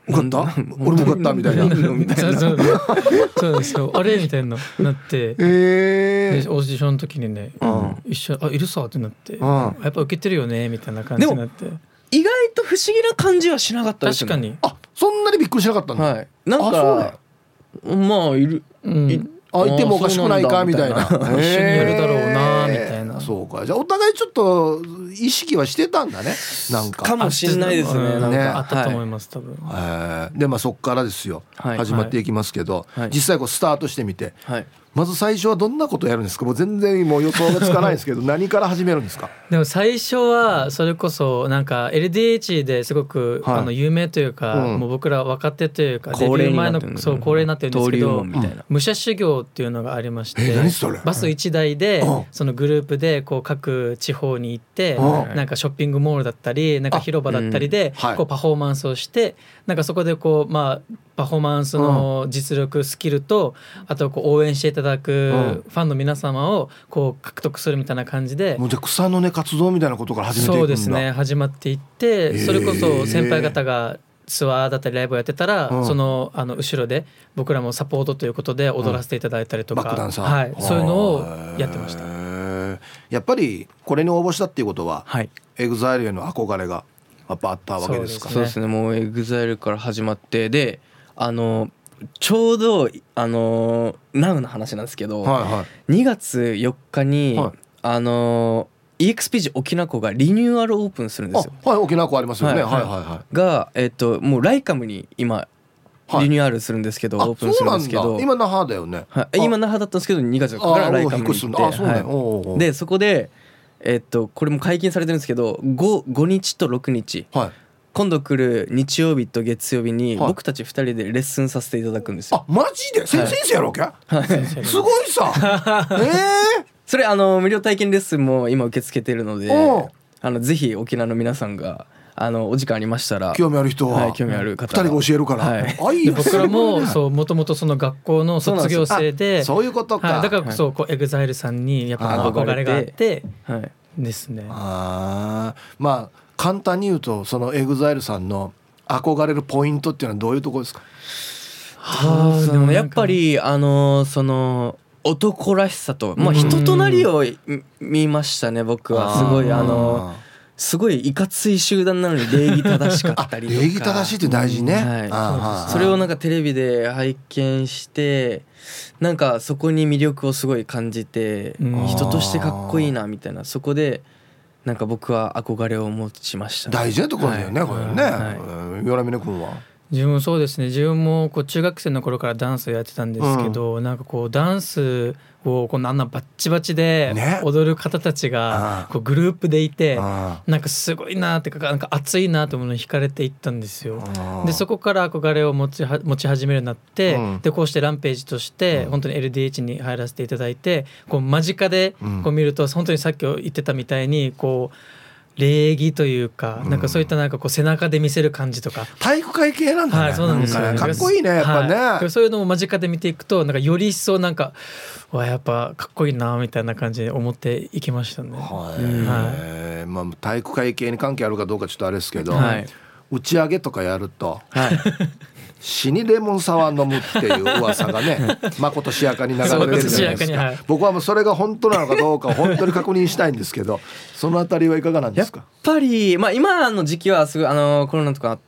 受かった俺も受かったみたいなみたいなそうそうですよあれみたいななって、 えー、 オーディションの時にね、うん、一緒あいるさってなって、うん、やっぱ受けてるよねみたいな感じになって、 意外と不思議な感じはしなかったですね。 確かにあそんなにびっくりしなかったんだ、 はい、なんかまあいる、 うん、あいてもおかしくないかみたいな、 一緒にやるだろうなみたいな。 そうか、じゃあお互いちょっと意識はしてたんだね、なんかかもしれないですね、なんかねあったと思います、はい、多分、 えー、でまあそっからですよ、はい、始まっていきますけど、はい、実際こうスタートしてみて、はい、まず最初はどんなことをやるんですか？もう全然もう予想がつかないですけど何から始めるんですか？ でも最初はそれこそなんか エルディーエイチ ですごく、はい、あの有名というか、うん、もう僕ら若手というかデビュー前のそう恒例になってるんですけど、うん、武者修行っていうのがありまして、 えー、何それ？ バスいちだいで、うん、そのグループでこう各地方に行って、うん、なんかショッピングモールだったりなんか広場だったりで、うん、こうパフォーマンスをしてなんかそこでこうまあパフォーマンスの実力、うん、スキルとあとこう応援していただくファンの皆様をこう獲得するみたいな感じで、 もうじゃあ草の根活動みたいなことから始めていくんだ。 そうですね、始まっていって、えー、それこそ先輩方がツアーだったりライブをやってたら、うん、そのあの後ろで僕らもサポートということで踊らせていただいたりとか、うん、 バックダンサー、 はい、そういうのをやってました。 やっぱりこれに応募したっていうことは、はい、エグザイルへの憧れがやっぱあったわけですか？ そうですね、もうエグザイルから始まってであのちょうどあのナウの話なんですけど、はいはい、にがつよっかに、はい、あの イーエックスピージー 沖縄港がリニューアルオープンするんですよ。 はい、沖縄港ありますよね、はいはいはいはい、 が、えっと、もうライカムに今リニューアルするんですけど、はい、オープンするんですけど、 今那覇だよね、 はい、今那覇だったんですけどにがつよっかからライカムに行って、あそうね、はい、おうおうでそこで、えっと、これも解禁されてるんですけど 5, 5日とろくにち、はい、今度来る日曜日と月曜日に僕たちふたりでレッスンさせていただくんですよ。 あマジで？先生やろうか、はい、すごいさえー、 それあの無料体験レッスンも今受け付けてるので、あのぜひ沖縄の皆さんがあのお時間ありましたら興味ある人は、 はい、興味ある方ふたりが教えるから、はい、あいいよ。 僕らもそうもともとその学校の卒業生でそういうことか、 はい、だからこそこうエグザイルさんにやっぱ憧れがあってですね。 あまあ簡単に言うとそのエグザイルさんの憧れるポイントっていうのはどういうところですか？ はあ、でもやっぱりあのその男らしさと、まあ、人となりを見ましたね。僕はすごいあのすごいいかつい集団なのに礼儀正しかったりとか礼儀正しいって大事ね、はい、 あそれをなんかテレビで拝見してなんかそこに魅力をすごい感じて人としてかっこいいなみたいな、そこでなんか僕は憧れを持ちました、ね、 大事なところだよね、はい、これね、はい、岩見君は？ 自分もそうですね、自分もこう中学生の頃からダンスをやってたんですけど、うん、なんかこうダンスをこうあんなバッチバチで踊る方たちがこうグループでいて、なんかすごいなってかなんか熱いなと思うのに惹かれていったんですよ。でそこから憧れを持ちは持ち始めるようになって、うん、でこうしてランページとして本当に エルディーエイチ に入らせていただいて、こう間近でこう見ると本当にさっき言ってたみたいにこう礼儀というか、なんかそういったなんかこう背中で見せる感じとか、 体育会系なんだね、 はい、そうなんですよ、ね、 かっこいいねやっぱね、 はい、そういうのを間近で見ていくとなんかより一層なんかわやっぱかっこいいなみたいな感じで思っていきましたね。 はい、はい、まあ、体育会系に関係あるかどうかちょっとあれですけど、はい、打ち上げとかやると、はい、死にレモンサワー飲むっていう噂がねまことしやかに流れてるじゃないですか、はい、僕はもうそれが本当なのかどうか本当に確認したいんですけどそのあたりはいかがなんですか？ やっぱり、まあ、今の時期はすごいあのコロナとかあって、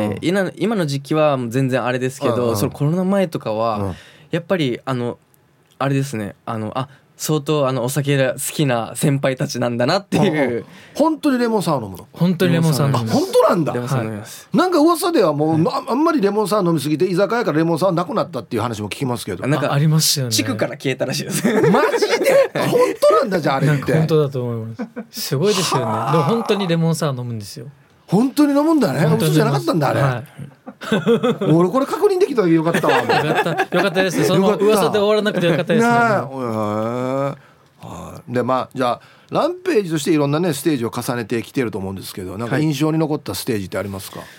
うん、今, 今の時期は全然あれですけど、うんうん、そのコロナ前とかは、うん、やっぱりあのあれですね、あのあ相当あのお酒が好きな先輩たちなんだなっていう。 本当にレモンサワー飲むの？ 本当にレモンサワー飲む。 あ、本当なんだ。はい、なんか噂ではもう、はい、あんまりレモンサワー飲みすぎて居酒屋からレモンサワーなくなったっていう話も聞きますけど。 なんかありますよね。 地区から消えたらしいです。 マジで？本当なんだじゃああれって。 本当だと思います。すごいですよね。でも本当にレモンサワー飲むんですよ。 本当に飲むんだね。嘘じゃなかったんだあれ。はい俺これ確認できたらよかったわ。よかったよかったです。その噂で終わらなくてよかったですね。 でまあじゃあランページとしていろんなねステージを重ねてきてると思うんですけど、なんか印象に残ったステージってありますか？はい、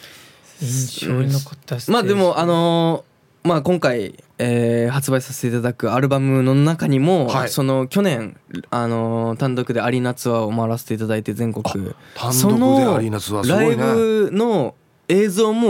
印象に残ったステージ、 まあでもあのー、まあ今回、えー、発売させていただくアルバムの中にも、はい、その去年あのー、単独でアリーナツアーを回らせていただいて全国、 単独でアリーナツアーすごいね。 そのライブの映像も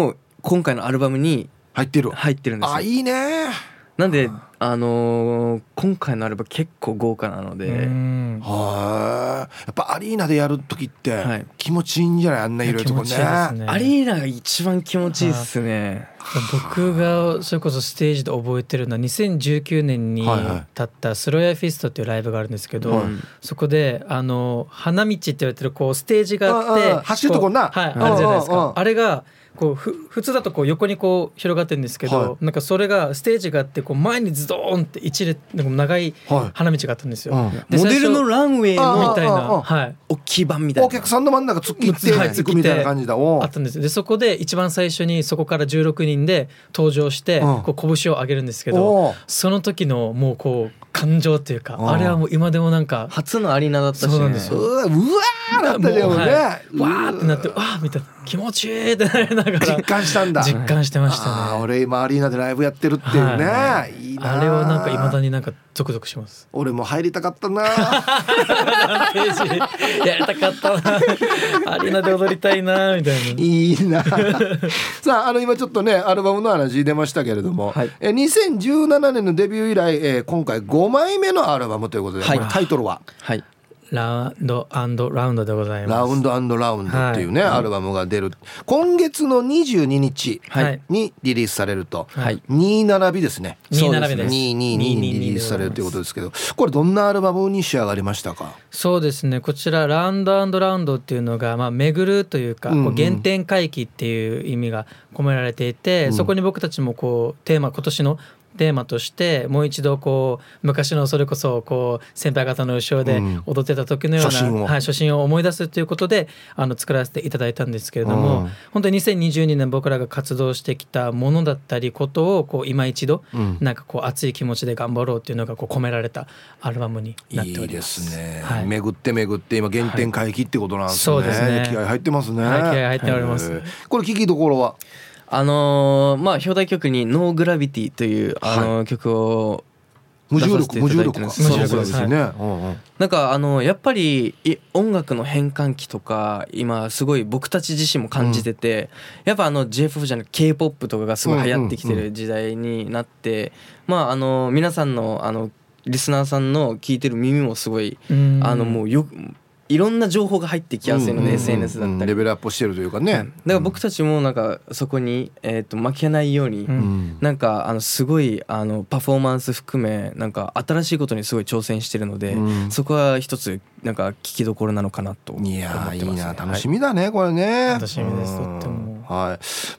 今回のアルバムに入ってる入ってるんですよ。 あ、いいね。 なんであのー、今回のアルバム結構豪華なので、 はやっぱアリーナでやる時って気持ちいいんじゃない、あんな色々とこね。 ね、アリーナが一番気持ちいいっすね。 僕がそれこそステージで覚えてるのはにせんじゅうきゅうねんに立ったスロヤフィストっていうライブがあるんですけど、はいはい、そこであの花道って言われてるこうステージがあって走るとこな、 はい、あるじゃないですか。あれがこうふ普通だとこう横にこう広がってるんですけど、はい、なんかそれがステージがあってこう前にズドーンって一列長い花道があったんですよ、はい、 でモデルのランウェイのみたいな、はい、 大きい版みたいなお客さんの真ん中突っ切っていくみたいな感じだ。 あったんです。でそこで一番最初にそこからじゅうろくにんで登場してこう拳を上げるんですけど、その時のもうこう感情っていうか、あれはもう今でもなんか初のアリーナだったし、ね、 そうなんですよ。 うわーなったよね、はい、 わーってなってわーみたいな気持ちいいってなりながら実感したんだ。 実感してましたね。 あ、俺今アリーナでライブやってるっていうね、はい、いいな。 あれはなんか未だになんかゾクゾクします。 俺も入りたかったなページやりたかったなアリーナで踊りたいなみたいな。 いいなさあ、あの今ちょっとねアルバムの話出ましたけれども、はい、えにせんじゅうななねんのデビュー以来、えー、今回ごまいめのアルバムということで、はい、タイトルは、 はい、 ラウンド&ラウンドでございます。 ラウンド&ラウンドっていうね、はい、アルバムが出る今月のにじゅうににちにリリースされると、はい、に並びですね。 に並びです。 ににににリリースされるということですけど、これどんなアルバムに仕上がりましたか？ そうですね、こちらラウンド&ラウンドっていうのが、まあ、巡るというか、うんうん、こう原点回帰っていう意味が込められていて、うん、そこに僕たちもこうテーマ今年のテーマとしてもう一度こう昔のそれこそこう先輩方の後ろで踊ってた時のような、うん、初心を、はい、初心を思い出すということであの作らせていただいたんですけれども、うん、本当ににせんにじゅうにねん僕らが活動してきたものだったりことをこう今一度、うん、なんかこう熱い気持ちで頑張ろうっていうのがこう込められたアルバムになっております。いいですね、はい、巡って巡って今原点回帰ってことなんですね、はい、 そうですね、 気合入ってますね、 はい、気合入っております。 これ聞きどころはあのー、まあ表題曲にノーグラビティという、あのーはい、曲を無重力無重力か無重力ですね、はい、うんうん、なんかあのやっぱり音楽の変換期とか今すごい僕たち自身も感じてて、うん、やっぱあの ジェイエフエフ じゃなく K-ポップ とかがすごい流行ってきてる時代になって、うんうんうん、まああの皆さんのあのリスナーさんの聞いてる耳もすごい、うん、あのもうよくいろんな情報が入ってきやすいので、うんうんうん、エスエヌエス だったりレベルアップしてるというかね、うん、 だから僕たちもなんかそこに、えー、と負けないように、うん、なんかあのすごいあのパフォーマンス含めなんか新しいことにすごい挑戦してるので、うん、そこは一つなんか聞きどころなのかなと思ってます、ね、 いやいいな、楽しみだね、はい、これね楽しみです、とっても、 はい、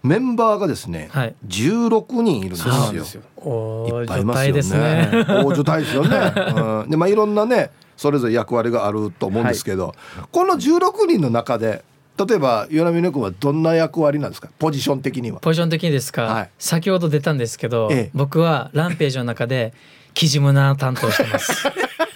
メンバーがですね、はい、じゅうろくにんいるんですよ。そうなんですよ、 おいっぱいいますよね、大所帯ですよね、うん、でまあいろんなねそれぞれ役割があると思うんですけど、はい、このじゅうろくにんの中で例えば与那嶺君はどんな役割なんですか？ポジション的には。 ポジション的にですか、はい、先ほど出たんですけど、ええ、僕はランページの中でキジムナ担当してます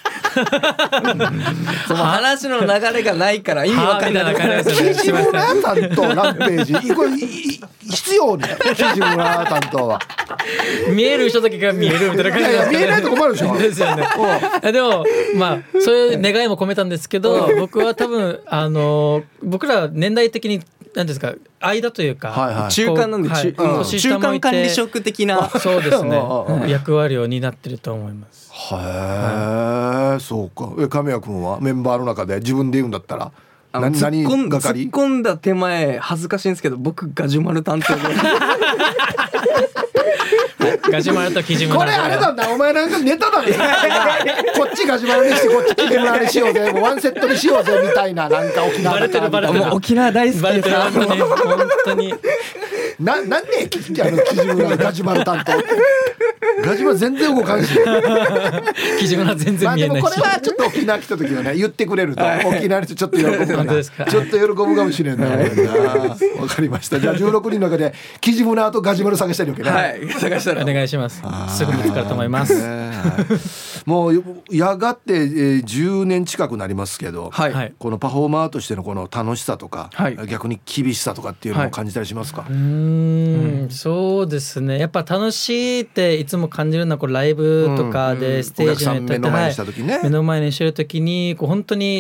その話の流れがないから意味わかんない。 キジムナ担当ランページこれ必要ね、キジムナ担当は見える人だけが見えるみたいな感じで、 いやいや見えないと困るでしょですよねでもまあそういう願いも込めたんですけど僕は多分あの僕ら年代的に何ですか間というか、 はいはい、中間なんで、はい、うん、中間管理職的なそうですね役割を担ってると思います。 へー、はい、そうか。え神谷君はメンバーの中で自分で言うんだったら何突っ込ん突っ込んだ手前恥ずかしいんですけど僕ガジュマル担当でガジュマルとキジムナ、 これあれだな、お前なんかネタだねこっちガジュマルにしてこっちキジムナにしようぜ、もうワンセットにしようぜみたいな、なんか沖縄バレてるバレてる、 沖縄大好きです本当に本当にな、なんでキジムナガジュマル担当ガジュマル全然動かんしキジムナ全然見えないし、 まあでもこれはちょっと沖縄来た時はね言ってくれると沖縄の人ちょっと喜ぶかなちょっと喜ぶかもしれんないわかりました。じゃあじゅうろくにんの中でキジムナとガジュマル探したいわけね。 はい、探したらお願いします。すぐ見つかると思います、 ね、はい、もうやがて、えー、じゅうねん近くなりますけど、はい、このパフォーマーとしてのこの楽しさとか、はい、逆に厳しさとかっていうのを感じたりしますか？ はい、うーん、うん、そうですね、やっぱ楽しいっていつも感じるのはこうライブとかでステージのやったり、 目の前にした時ね、 目の前にしてる時にこう本当に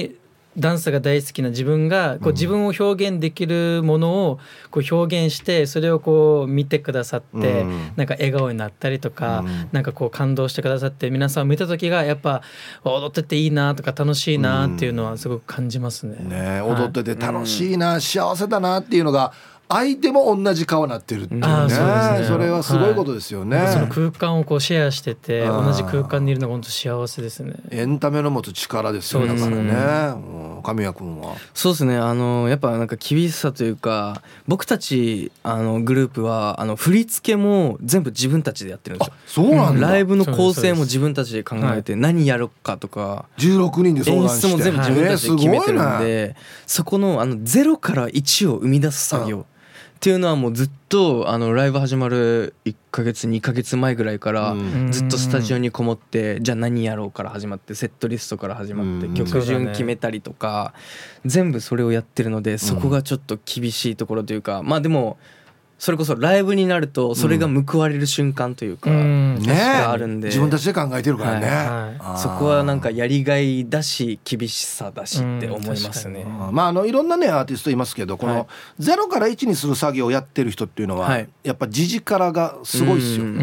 ダンスが大好きな自分がこう自分を表現できるものをこう表現してそれをこう見てくださってなんか笑顔になったりとかなんかこう感動してくださって皆さんを見た時がやっぱ踊ってていいなとか楽しいなっていうのはすごく感じますね。 ね、踊ってて楽しいな、幸せだなっていうのが相手も同じ顔になってるっていうね、うん、そうですね、それはすごいことですよね、 はい、その空間をこうシェアしてて同じ空間にいるのが本当幸せですね。 エンタメの持つ力ですよね。だからね、うん、神谷君はそうですね、あのやっぱなんか厳しさというか僕たちあのグループはあの振り付けも全部自分たちでやってるんですよ。 あ、そうなんだ。 ライブの構成も自分たちで考えて何やるかとかじゅうろくにんで相談して演出も全部自分たちで決めてるんで、そこのあのゼロからいちを生み出す作業っていうのはもうずっとあのライブ始まるいっかげつにかげつまえぐらいからずっとスタジオにこもってじゃあ何やろうから始まってセットリストから始まって曲順決めたりとか全部それをやってるのでそこがちょっと厳しいところというか、まあでもそれこそライブになるとそれが報われる瞬間というかがあるんで、 自分たちで考えてるからね、 はいはい、そこはなんかやりがいだし厳しさだしって思いますね。 まああのいろんなねアーティストいますけどこのゼロからいちにする作業をやってる人っていうのはやっぱ地力がすごいですよ、うんうん、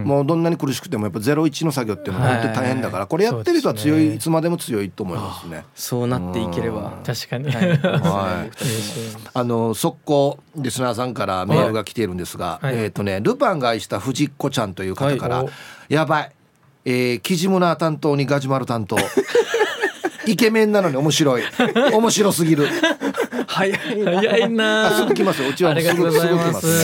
もうどんなに苦しくてもやっぱゼロいちの作業っていうのは本当に大変だからこれやってる人は強い、いつまでも強いと思いますね。 そうなっていければ確かに、 はいはい、あの速攻リスナーさんからメールが来ているんですが、はい、えっとねルパンが愛した藤子ちゃんという方から、はい、やばい、えー、キジムナー担当にガジュマル担当イケメンなのに面白い面白すぎる早いな早いなすぐ来ますよ。うちはすぐ来ます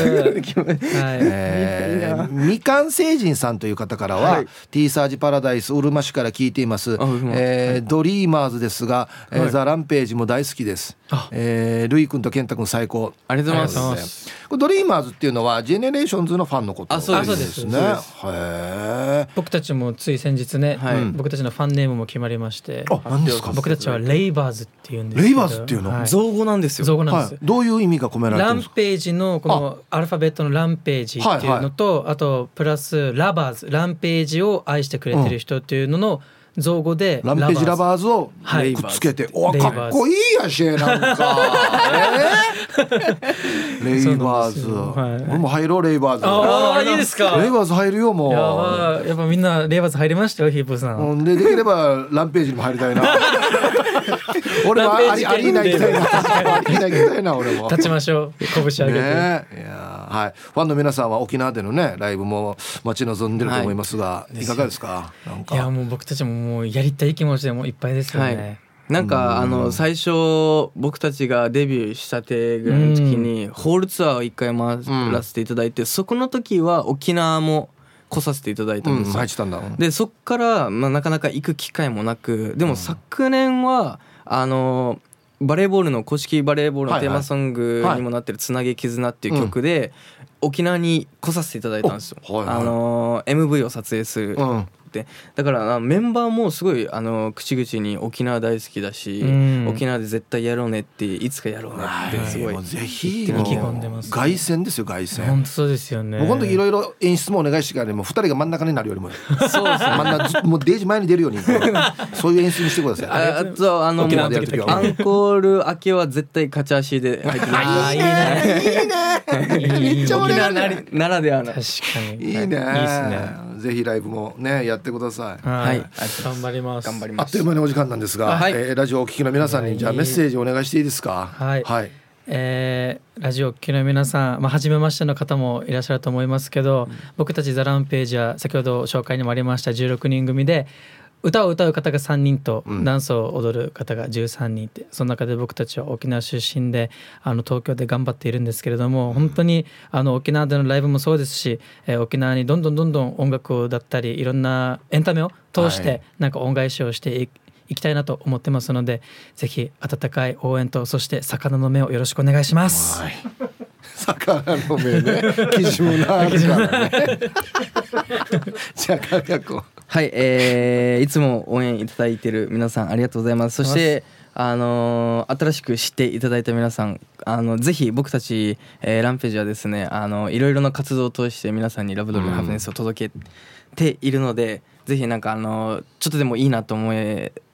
みかん星人さんという方からは、はい、T サージパラダイスうるま市から聞いています、えーはい、ドリーマーズですが、はい、ザランページも大好きです、えー、ルイ君とケンタ君最高ありがとうございます。 これドリーマーズっていうのはジェネレーションズのファンのことですね。 あ、そうですね。へ僕たちもつい先日ね、はい、僕たちのファンネームも決まりまして、 あ、何ですか？ 僕たちはレイバーズっていうんですけど、 レイバーズっていうの、 はい、 造語なんですよ。 造語なんです、 はい、どういう意味が込められてるんですか？ ランページのこのアルファベットのランページっていうのと、はいはい、あとプラスラバーズ、ランページを愛してくれてる人っていうのの造語で、 ランページラバーズをくっつけて、はい、おかっこいいやしなんかえー、レイバーズ、はい、俺も入ろうレイバーズ。 ああいいですか。 レイバーズ入るよもう。 やばやっぱみんなレイバーズ入りましたよヒープさん。 でできればランページにも入りたいな俺もアリーナ行きたいなアリーナ行きたいな俺も。 立ちましょう拳上げて、ね、 いや、はい、ファンの皆さんは沖縄でのねライブも待ち望んでると思いますが、はい、いかがですか？なんかいやもう僕たちももうやりたい気持ちでもいっぱいですよね、はい、 なんかあの最初僕たちがデビューしたてぐらいの時にホールツアーを一回回らせていただいて、そこの時は沖縄も来させていただいたんですよ、うん、入ってたんだ。でそっから、まあ、なかなか行く機会もなく、でも昨年はあのバレーボールの公式バレーボールのテーマソングにもなってるつなげ絆っていう曲で沖縄に来させていただいたんですよ、はいはい、あの エムブイ を撮影する、うんだからメンバーもすごいあの口々に沖縄大好きだし、うん、沖縄で絶対やろうねっていつかやろうねってすごい、 もうぜひ意気込んでます、ね、凱旋ですよ凱旋。 本当そうですよね。 もう今度いろいろ演出もお願いしてからね、もうふたりが真ん中になるよりもそうですね、真んもうデージ前に出るようにそういう演出にしてください。 あ, あとあの沖縄でやる時はアンコール明けは絶対勝ち足で入ってますいいねいいねめっちゃ沖縄ならではの確かにいいね、いいですね。ぜひライブもねやってください。 はい、頑張ります。 頑張ります。 あっという間にお時間なんですが、はい、えー、ラジオお聞きの皆さんにじゃあメッセージお願いしていいですか？ はい、はい、えー、ラジオお聞きの皆さん、まあ、初めましての方もいらっしゃると思いますけど、うん、僕たちザランページは先ほど紹介にもありましたじゅうろくにん組で歌を歌う方がさんにんとダンスを踊る方がじゅうさんにんって、その中で僕たちは沖縄出身であの東京で頑張っているんですけれども、本当にあの沖縄でのライブもそうですし、えー、沖縄にどんどんどんどん音楽だったりいろんなエンタメを通してなんか恩返しをしていいきたいなと思ってますので、ぜひ温かい応援とそして魚の目をよろしくお願いします。 はい、魚の目ねキジムナールからねじゃあ神谷君。 はい、えー、いつも応援いただいている皆さんありがとうございます。そしてあのー、新しく知っていただいた皆さん、あのぜひ僕たち、えー、ランページはですね、あのいろいろな活動を通して皆さんにラブドリーハピネスを届けているので、うん、ぜひなんかあのちょっとでもいいなと思え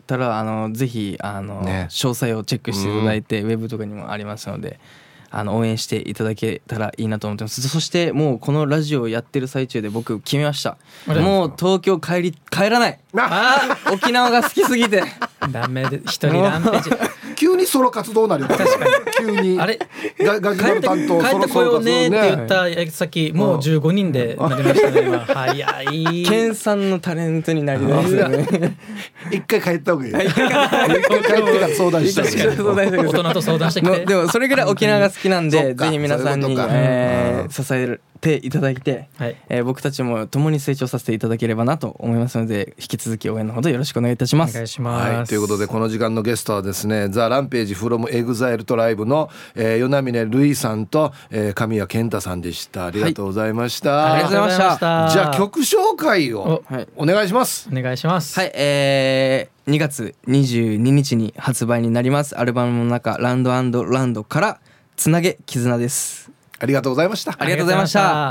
たらあのぜひあの、ね、詳細をチェックしていただいて、うん、ウェブとかにもありますのであの応援していただけたらいいなと思ってます。そしてもうこのラジオをやってる最中で僕決めました。もう東京帰り帰らない。あ沖縄が好きすぎてダメで一人ランページ急にソロ活動なり確かに急にあれガガジマル担当帰ってこようねって言った先もうじゅうごにんでなりましたね今。早い県産のタレントになりますよね。 一回帰った方がいい。一回帰ってから相談した大人と相談してきて。 でもそれぐらい沖縄が好きなんでぜひ皆さんに、えー、支えていただいて、はいえー、僕たちも共に成長させていただければなと思いますので引き続き応援のほどよろしくお願いいたします。 お願いします、 はい、ということでこの時間のゲストはですねザ・ランページ from エグザイルトライブの、えー、与那嶺るいさんと、えー、神谷健太さんでした。ありがとうございました、はい、 ありがとうございました。 じゃあ曲紹介を お,、お願いします。 お願いします。 はい、えー、にがつにじゅうににちに発売になりますアルバムの中ランド&ランドからつなげ絆です。 ありがとうございました。 ありがとうございました。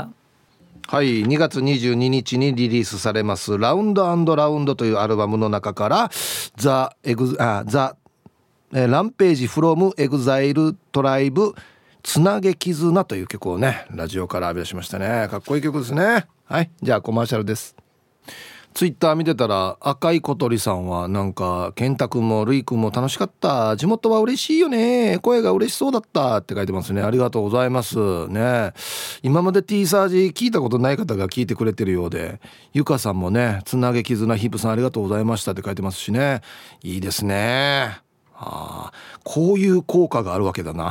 はい、にがつにじゅうににちにリリースされますラウンド&ラウンドというアルバムの中からザ・エグあザランページ from エグザイルトライブつなげ絆という曲をねラジオから浴び出しましたね。かっこいい曲ですね。はい、じゃあコマーシャルです。ツイッター見てたら赤い小鳥さんはなんか健太くんもるいくんも楽しかった、地元は嬉しいよね、声が嬉しそうだったって書いてますね。ありがとうございますね。今まで T サージ聞いたことない方が聞いてくれてるようで、ゆかさんもねつなげ絆ヒップさんありがとうございましたって書いてますしね。いいですね。あこういう効果があるわけだな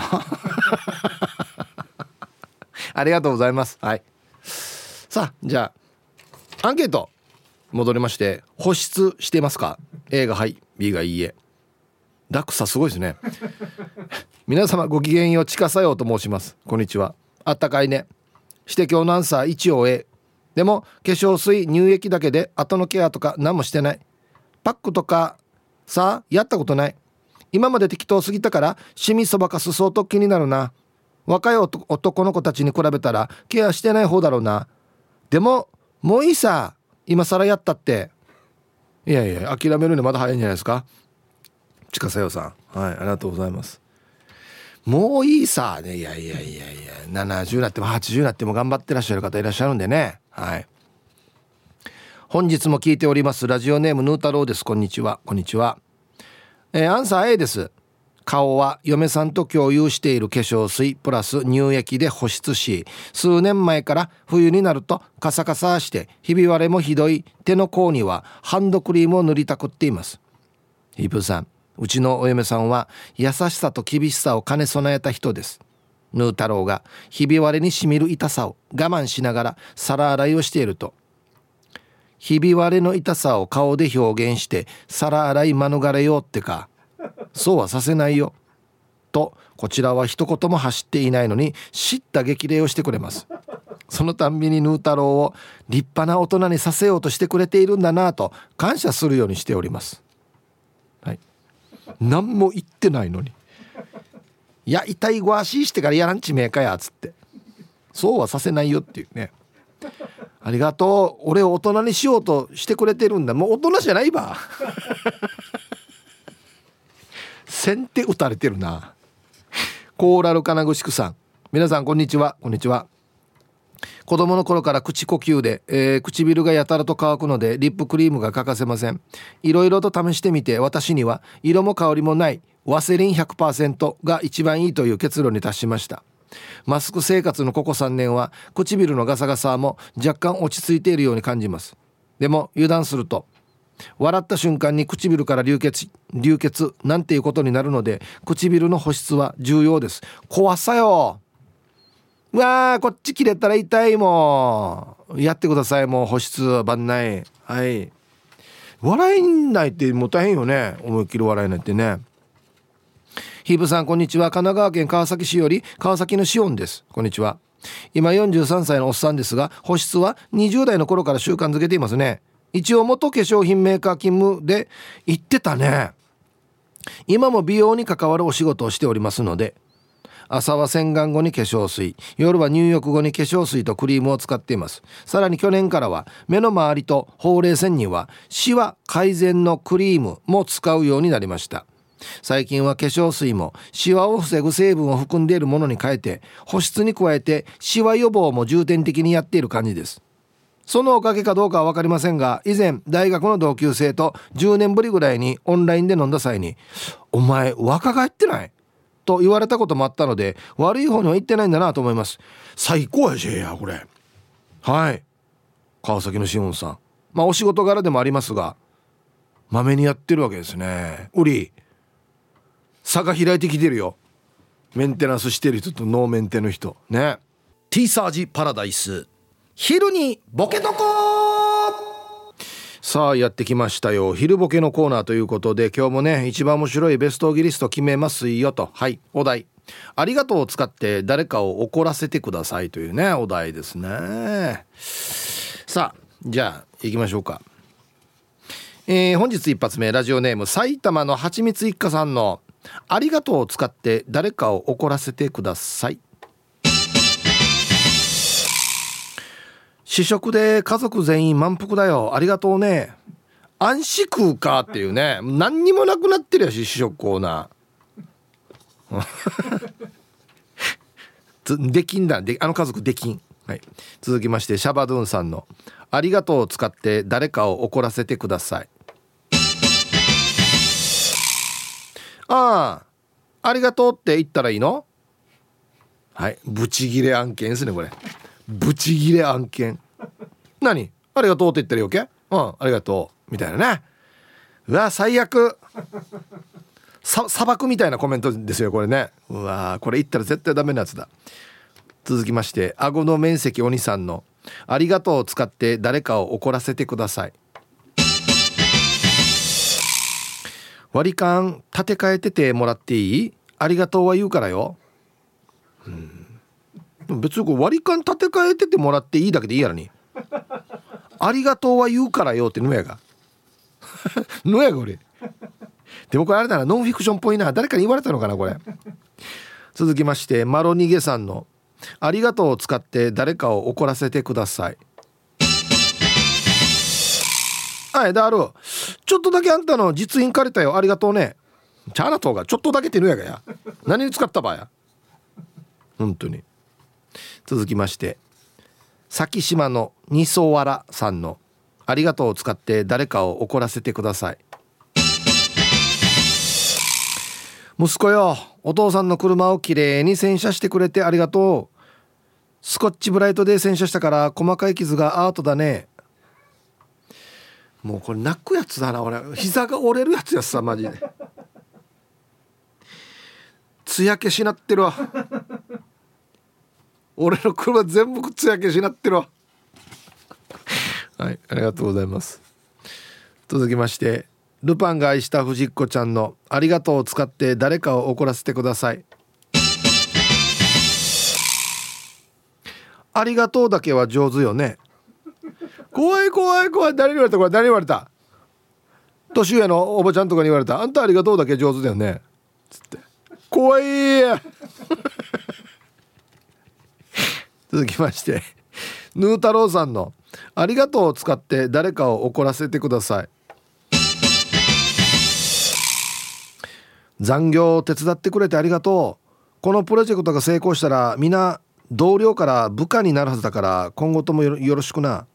ありがとうございます。はい、さあじゃあアンケート戻りまして、保湿してますか？ A がはい、 B がいいえ。落差すごいですね皆様ごきげんよう、ちかさようと申します。こんにちは。あったかいね。して今日のアンサー一応 A。 でも化粧水乳液だけで後のケアとか何もしてない。パックとかさあやったことない。今まで適当すぎたからシミそばかす相当気になるな。若い男の子たちに比べたらケアしてない方だろうな。でももういいさ、今更やったって。いやいや諦めるのまだ早いんじゃないですか。ちかさよさん、はい、ありがとうございます。もういいさね。いやいやいやいやななじゅうになってもはちじゅうになっても頑張ってらっしゃる方いらっしゃるんでね。はい、本日も聞いておりますラジオネームヌー太郎です。こんにちは。こんにちは。えー、アンサー A です。顔は嫁さんと共有している化粧水プラス乳液で保湿し、数年前から冬になるとカサカサしてひび割れもひどい手の甲にはハンドクリームを塗りたくっています。ヒープさん、うちのお嫁さんは優しさと厳しさを兼ね備えた人です。ヌー太郎がひび割れにしみる痛さを我慢しながら皿洗いをしていると、ひび割れの痛さを顔で表現して皿洗い免れようってか、そうはさせないよとこちらは一言も発していないのに叱咤激励をしてくれます。そのたんびにヌー太郎を立派な大人にさせようとしてくれているんだなと感謝するようにしております。はい、何も言ってないのに、いや痛いご足してからやらんちめえかやつって、そうはさせないよっていうね。ありがとう、俺を大人にしようとしてくれてるんだ。もう大人じゃないば先手打たれてるな。コーラル金具宿さん、皆さんこんにちは。こんにちは。子供の頃から口呼吸で、えー、唇がやたらと乾くのでリップクリームが欠かせません。いろいろと試してみて私には色も香りもないワセリン ひゃくパーセント が一番いいという結論に達しました。マスク生活のここさんねんは唇のガサガサも若干落ち着いているように感じます。でも油断すると笑った瞬間に唇から流血流血なんていうことになるので唇の保湿は重要です。怖さよ。うわーこっち切れたら痛い。もうやってください。もう保湿万ない。はい、笑いないってもう大変よね。思いっきり笑えないってね。ヒーブさんこんにちは。神奈川県川崎市より川崎のシオンです。こんにちは。今よんじゅうさんさいのおっさんですが保湿はにじゅう代の頃から習慣づけていますね。一応元化粧品メーカー勤務で言ってたね。今も美容に関わるお仕事をしておりますので、 朝は洗顔後に化粧水、夜は入浴後に化粧水とクリームを使っています。さらに去年からは目の周りとほうれい線にはシワ改善のクリームも使うようになりました。最近は化粧水もシワを防ぐ成分を含んでいるものに変えて、保湿に加えてシワ予防も重点的にやっている感じです。そのおかげかどうかは分かりませんが、以前大学の同級生とじゅうねんぶりぐらいにオンラインで飲んだ際に、お前若返ってないと言われたこともあったので、悪い方には言ってないんだなと思います。最高やしやこれ。はい、川崎のしおんさん、まあお仕事柄でもありますがまめにやってるわけですね。ウリ差が開いてきてるよ。メンテナンスしてる人とノーメンテの人ね。 T サージパラダイス、昼にボケとこ。さあやってきましたよ、昼ボケのコーナーということで、今日もね一番面白いベストギリスト決めますよと。はい、お題ありがとうを使って誰かを怒らせてくださいというねお題ですね。さあじゃあ行きましょうか。えー、本日一発目、ラジオネーム埼玉のはちみつ一家さんのありがとうを使って誰かを怒らせてください。試食で家族全員満腹だよ、ありがとうね。安心食うかっていうね、何にもなくなってるやし試食コーナーできんだで、あの家族できん。はい、続きましてシャバドゥンさんのありがとうを使って誰かを怒らせてください。ああ、ありがとうって言ったらいいの？はい、ブチギレ案件ですねこれ。ブチギレ案件。何？ありがとうって言ったらいいわけ？うん、ありがとうみたいなね。うわ最悪。さ砂漠みたいなコメントですよこれね。うわこれ言ったら絶対ダメなやつだ。続きまして顎の面積お兄さんのありがとうを使って誰かを怒らせてください。割り勘立て替えててもらっていい？ありがとうは言うからよ。うん、別にこう割り勘立て替えててもらっていいだけでいいやろに。ありがとうは言うからよってぬやがぬやが俺。でもこれあれだな、ノンフィクションっぽいな。誰かに言われたのかなこれ。続きましてマロニゲさんのありがとうを使って誰かを怒らせてください。あいだる、ちょっとだけあんたの実印借りたよ、ありがとうね。チャーナトーがちょっとだけってぬやがや。何に使ったばや本当に。続きまして先島のにそわらさんのありがとうを使って誰かを怒らせてください。息子よ、お父さんの車をきれいに洗車してくれてありがとう。スコッチブライトで洗車したから細かい傷がアートだね。もうこれ泣くやつだな俺。膝が折れるやつやさマジで。つや消しなってるわ。俺の車全部つや消しなってるわ。はい、ありがとうございます。続きましてルパンが愛した藤子ちゃんのありがとうを使って誰かを怒らせてください。ありがとうだけは上手よね。怖い怖い怖い。誰に言われたこれ、誰に言われた？年上のおばちゃんとかに言われた。あんたありがとうだけ上手だよねつって怖い続きましてヌー太郎さんのありがとうを使って誰かを怒らせてください。残業を手伝ってくれてありがとう。このプロジェクトが成功したらみんな同僚から部下になるはずだから今後とも よ, よろしくな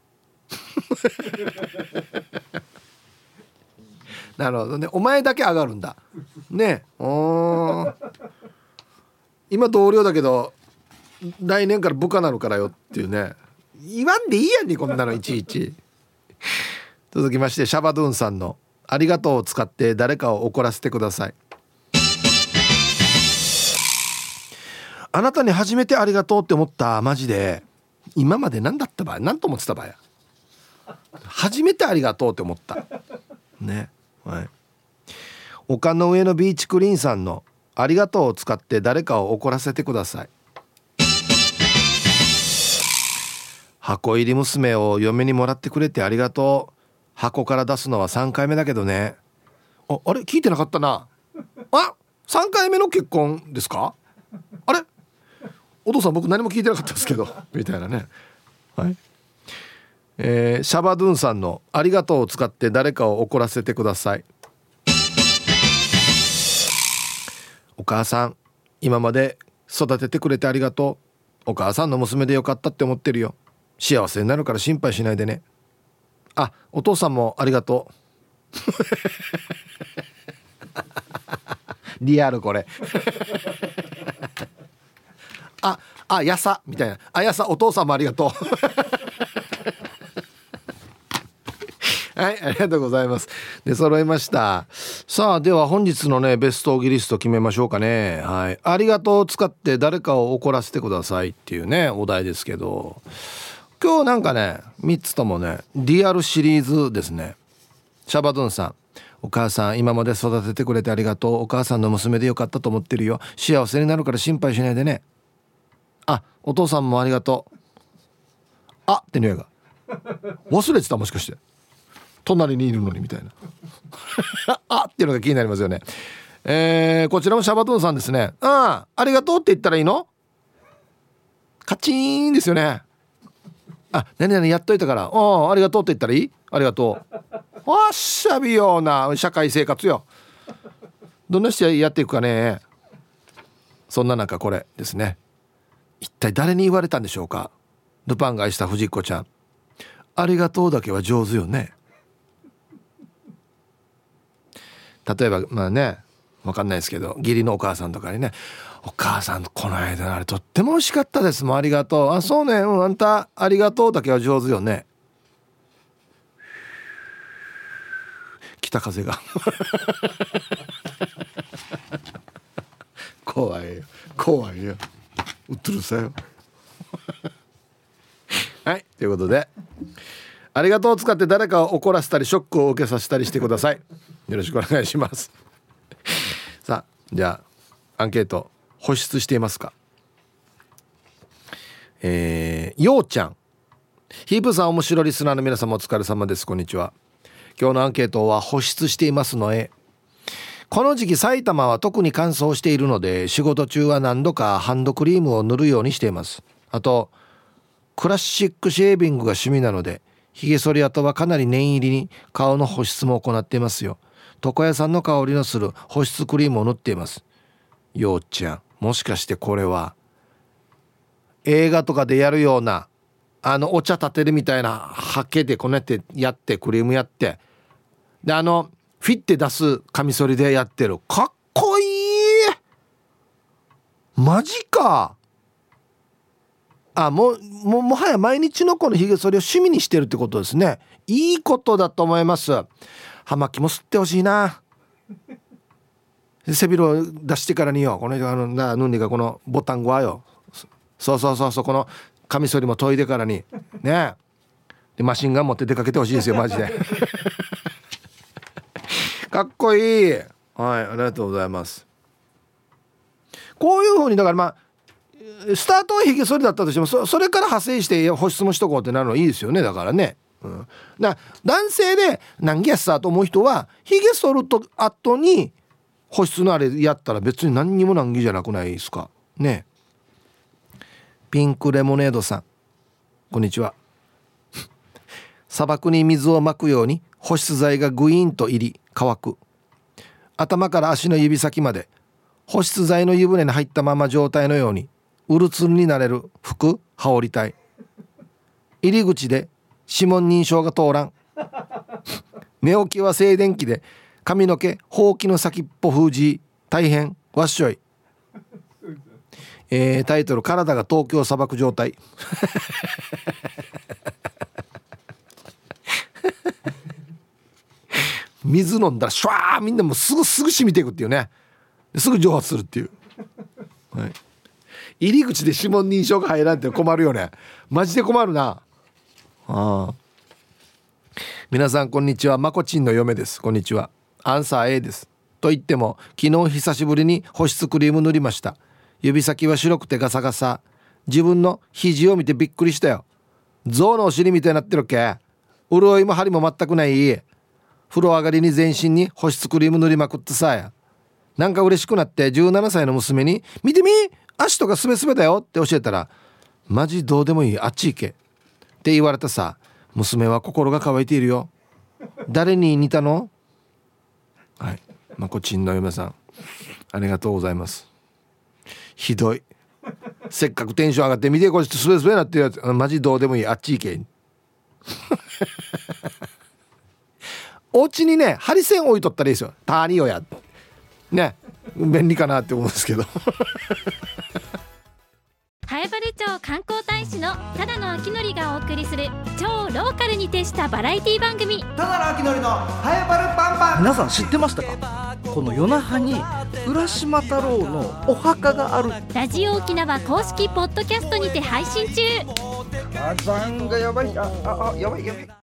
なるほどね。お前だけ上がるんだね。お今同僚だけど来年から部下なるからよっていうね。言わんでいいやんねこんなのいちいち。続きましてシャバドゥンさんのありがとうを使って誰かを怒らせてください。あなたに初めてありがとうって思ったマジで今まで何だったば何と思ってたばや。初めてありがとうって思ったね。はい、丘の上のビーチクリーンさんのありがとうを使って誰かを怒らせてください。箱入り娘を嫁にもらってくれてありがとう。箱から出すのはさんかいめだけどね。 あ, あれ聞いてなかったなあ。さんかいめの結婚ですか？ あれお父さん僕何も聞いてなかったですけどみたいなね。はい、えー、シャバドゥンさんのありがとうを使って誰かを怒らせてください。お母さん今まで育ててくれてありがとう。お母さんの娘でよかったって思ってるよ。幸せになるから心配しないでね。あ、お父さんもありがとうリアルこれあ、あ、やさみたいな。あやさお父さんもありがとうはい、ありがとうございます。で揃いました。さあでは本日のねベストオギリスト決めましょうかね。はい、ありがとうを使って誰かを怒らせてくださいっていうねお題ですけど、今日なんかねみっつともねリアルシリーズですね。シャバドゥンさん、お母さん今まで育ててくれてありがとう。お母さんの娘でよかったと思ってるよ。幸せになるから心配しないでね。あ、お父さんもありがとう。あって匂いが忘れてた、もしかして隣にいるのにみたいなあっていうのが気になりますよね。えー、こちらもシャバドゥンさんですね。ああ、ありがとうって言ったらいいの？カチーンですよね。あ、何々やっといたから、あありがとうって言ったらいい？ありがとう。わっしゃびような社会生活よ。どんな人やっていくかね。そんな中これですね。一体誰に言われたんでしょうか。ルパンが愛した藤子ちゃん、ありがとうだけは上手よね。例えばまあねわかんないですけど義理のお母さんとかにね、お母さんこの間のあれとっても美味しかったですもんありがとう。あ、そうね、うん、あんたありがとうだけは上手よね。北風が怖いよ怖いようっとるさよはい、ということでありがとうを使って誰かを怒らせたりショックを受けさせたりしてください。よろしくお願いしますさあじゃあアンケート保湿していますか。えー、ようちゃん、ヒープさん面白リスナーの皆様お疲れ様です。こんにちは。今日のアンケートは保湿していますのえ。この時期埼玉は特に乾燥しているので仕事中は何度かハンドクリームを塗るようにしています。あとクラシックシェービングが趣味なのでひげ剃り跡はかなり念入りに顔の保湿も行っていますよ。床屋さんの香りのする保湿クリームを塗っています。ようちゃん、もしかしてこれは映画とかでやるようなあのお茶立てるみたいなハケでこうやってやってクリームやってであのフィッて出すカミソリでやってる。かっこいい。マジか。あ、もう も, もはや毎日のこのひげ剃りを趣味にしてるってことですね。いいことだと思います。葉巻も吸ってほしいな。背広を出してからによ、この人あのなヌンディがこのボタンゴアよ。そうそうそうそう、このカミソリも研いでからにねでマシンガン持って出かけてほしいですよマジでかっこいい。はい、ありがとうございます。こういう風にだからまあスタートはひげ剃りだったとしても そ, それから派生して保湿もしとこうってなるのいいですよね。だからね、うん、だ男性で難儀やさと思う人はひげ剃ると後に保湿のあれやったら別に何にも難儀じゃなくないですかね。ピンクレモネードさん、こんにちは。砂漠に水をまくように保湿剤がグイーンと入り乾く。頭から足の指先まで保湿剤の湯船に入ったまま状態のようにうるつるになれる服羽織りたい。入り口で指紋認証が通らん。寝起きは静電気で髪の毛ほうきの先っぽ封じ大変わっしょい。えー、タイトル体が東京砂漠状態水飲んだらシュワーみんなもうすぐすぐ染みていくっていうね。すぐ蒸発するっていう、はい、入り口で指紋認証が入らんって困るよね。マジで困るなあ。皆さんこんにちは、まこちんの嫁です。こんにちは。アンサー A です。と言っても昨日久しぶりに保湿クリーム塗りました。指先は白くてガサガサ。自分の肘を見てびっくりしたよ。象のお尻みたいになってるっけ。潤いも張りも全くない。風呂上がりに全身に保湿クリーム塗りまくってさや。 なんか嬉しくなってじゅうななさいの娘に見てみ足とかすべすべだよって教えたら、マジどうでもいいあっち行けって言われたさ。娘は心が乾いているよ。誰に似たの？はい、まこちんの嫁さんありがとうございます。ひどい。せっかくテンション上がって見てこいってすべすべなってるやつ、マジどうでもいいあっち行けお家にねハリセン置いとったらいいですよ。ターニオやね、便利かなって思うんですけど南風原町観光大使のただのあきのりがお送りする超ローカルに徹したバラエティ番組、 ただのあきのりの南風原パンパン。皆さん知ってましたか？この与那覇に浦島太郎のお墓がある。 ラジオ沖縄公式ポッドキャストにて配信中。 火山がやばい、ああやばいやばい。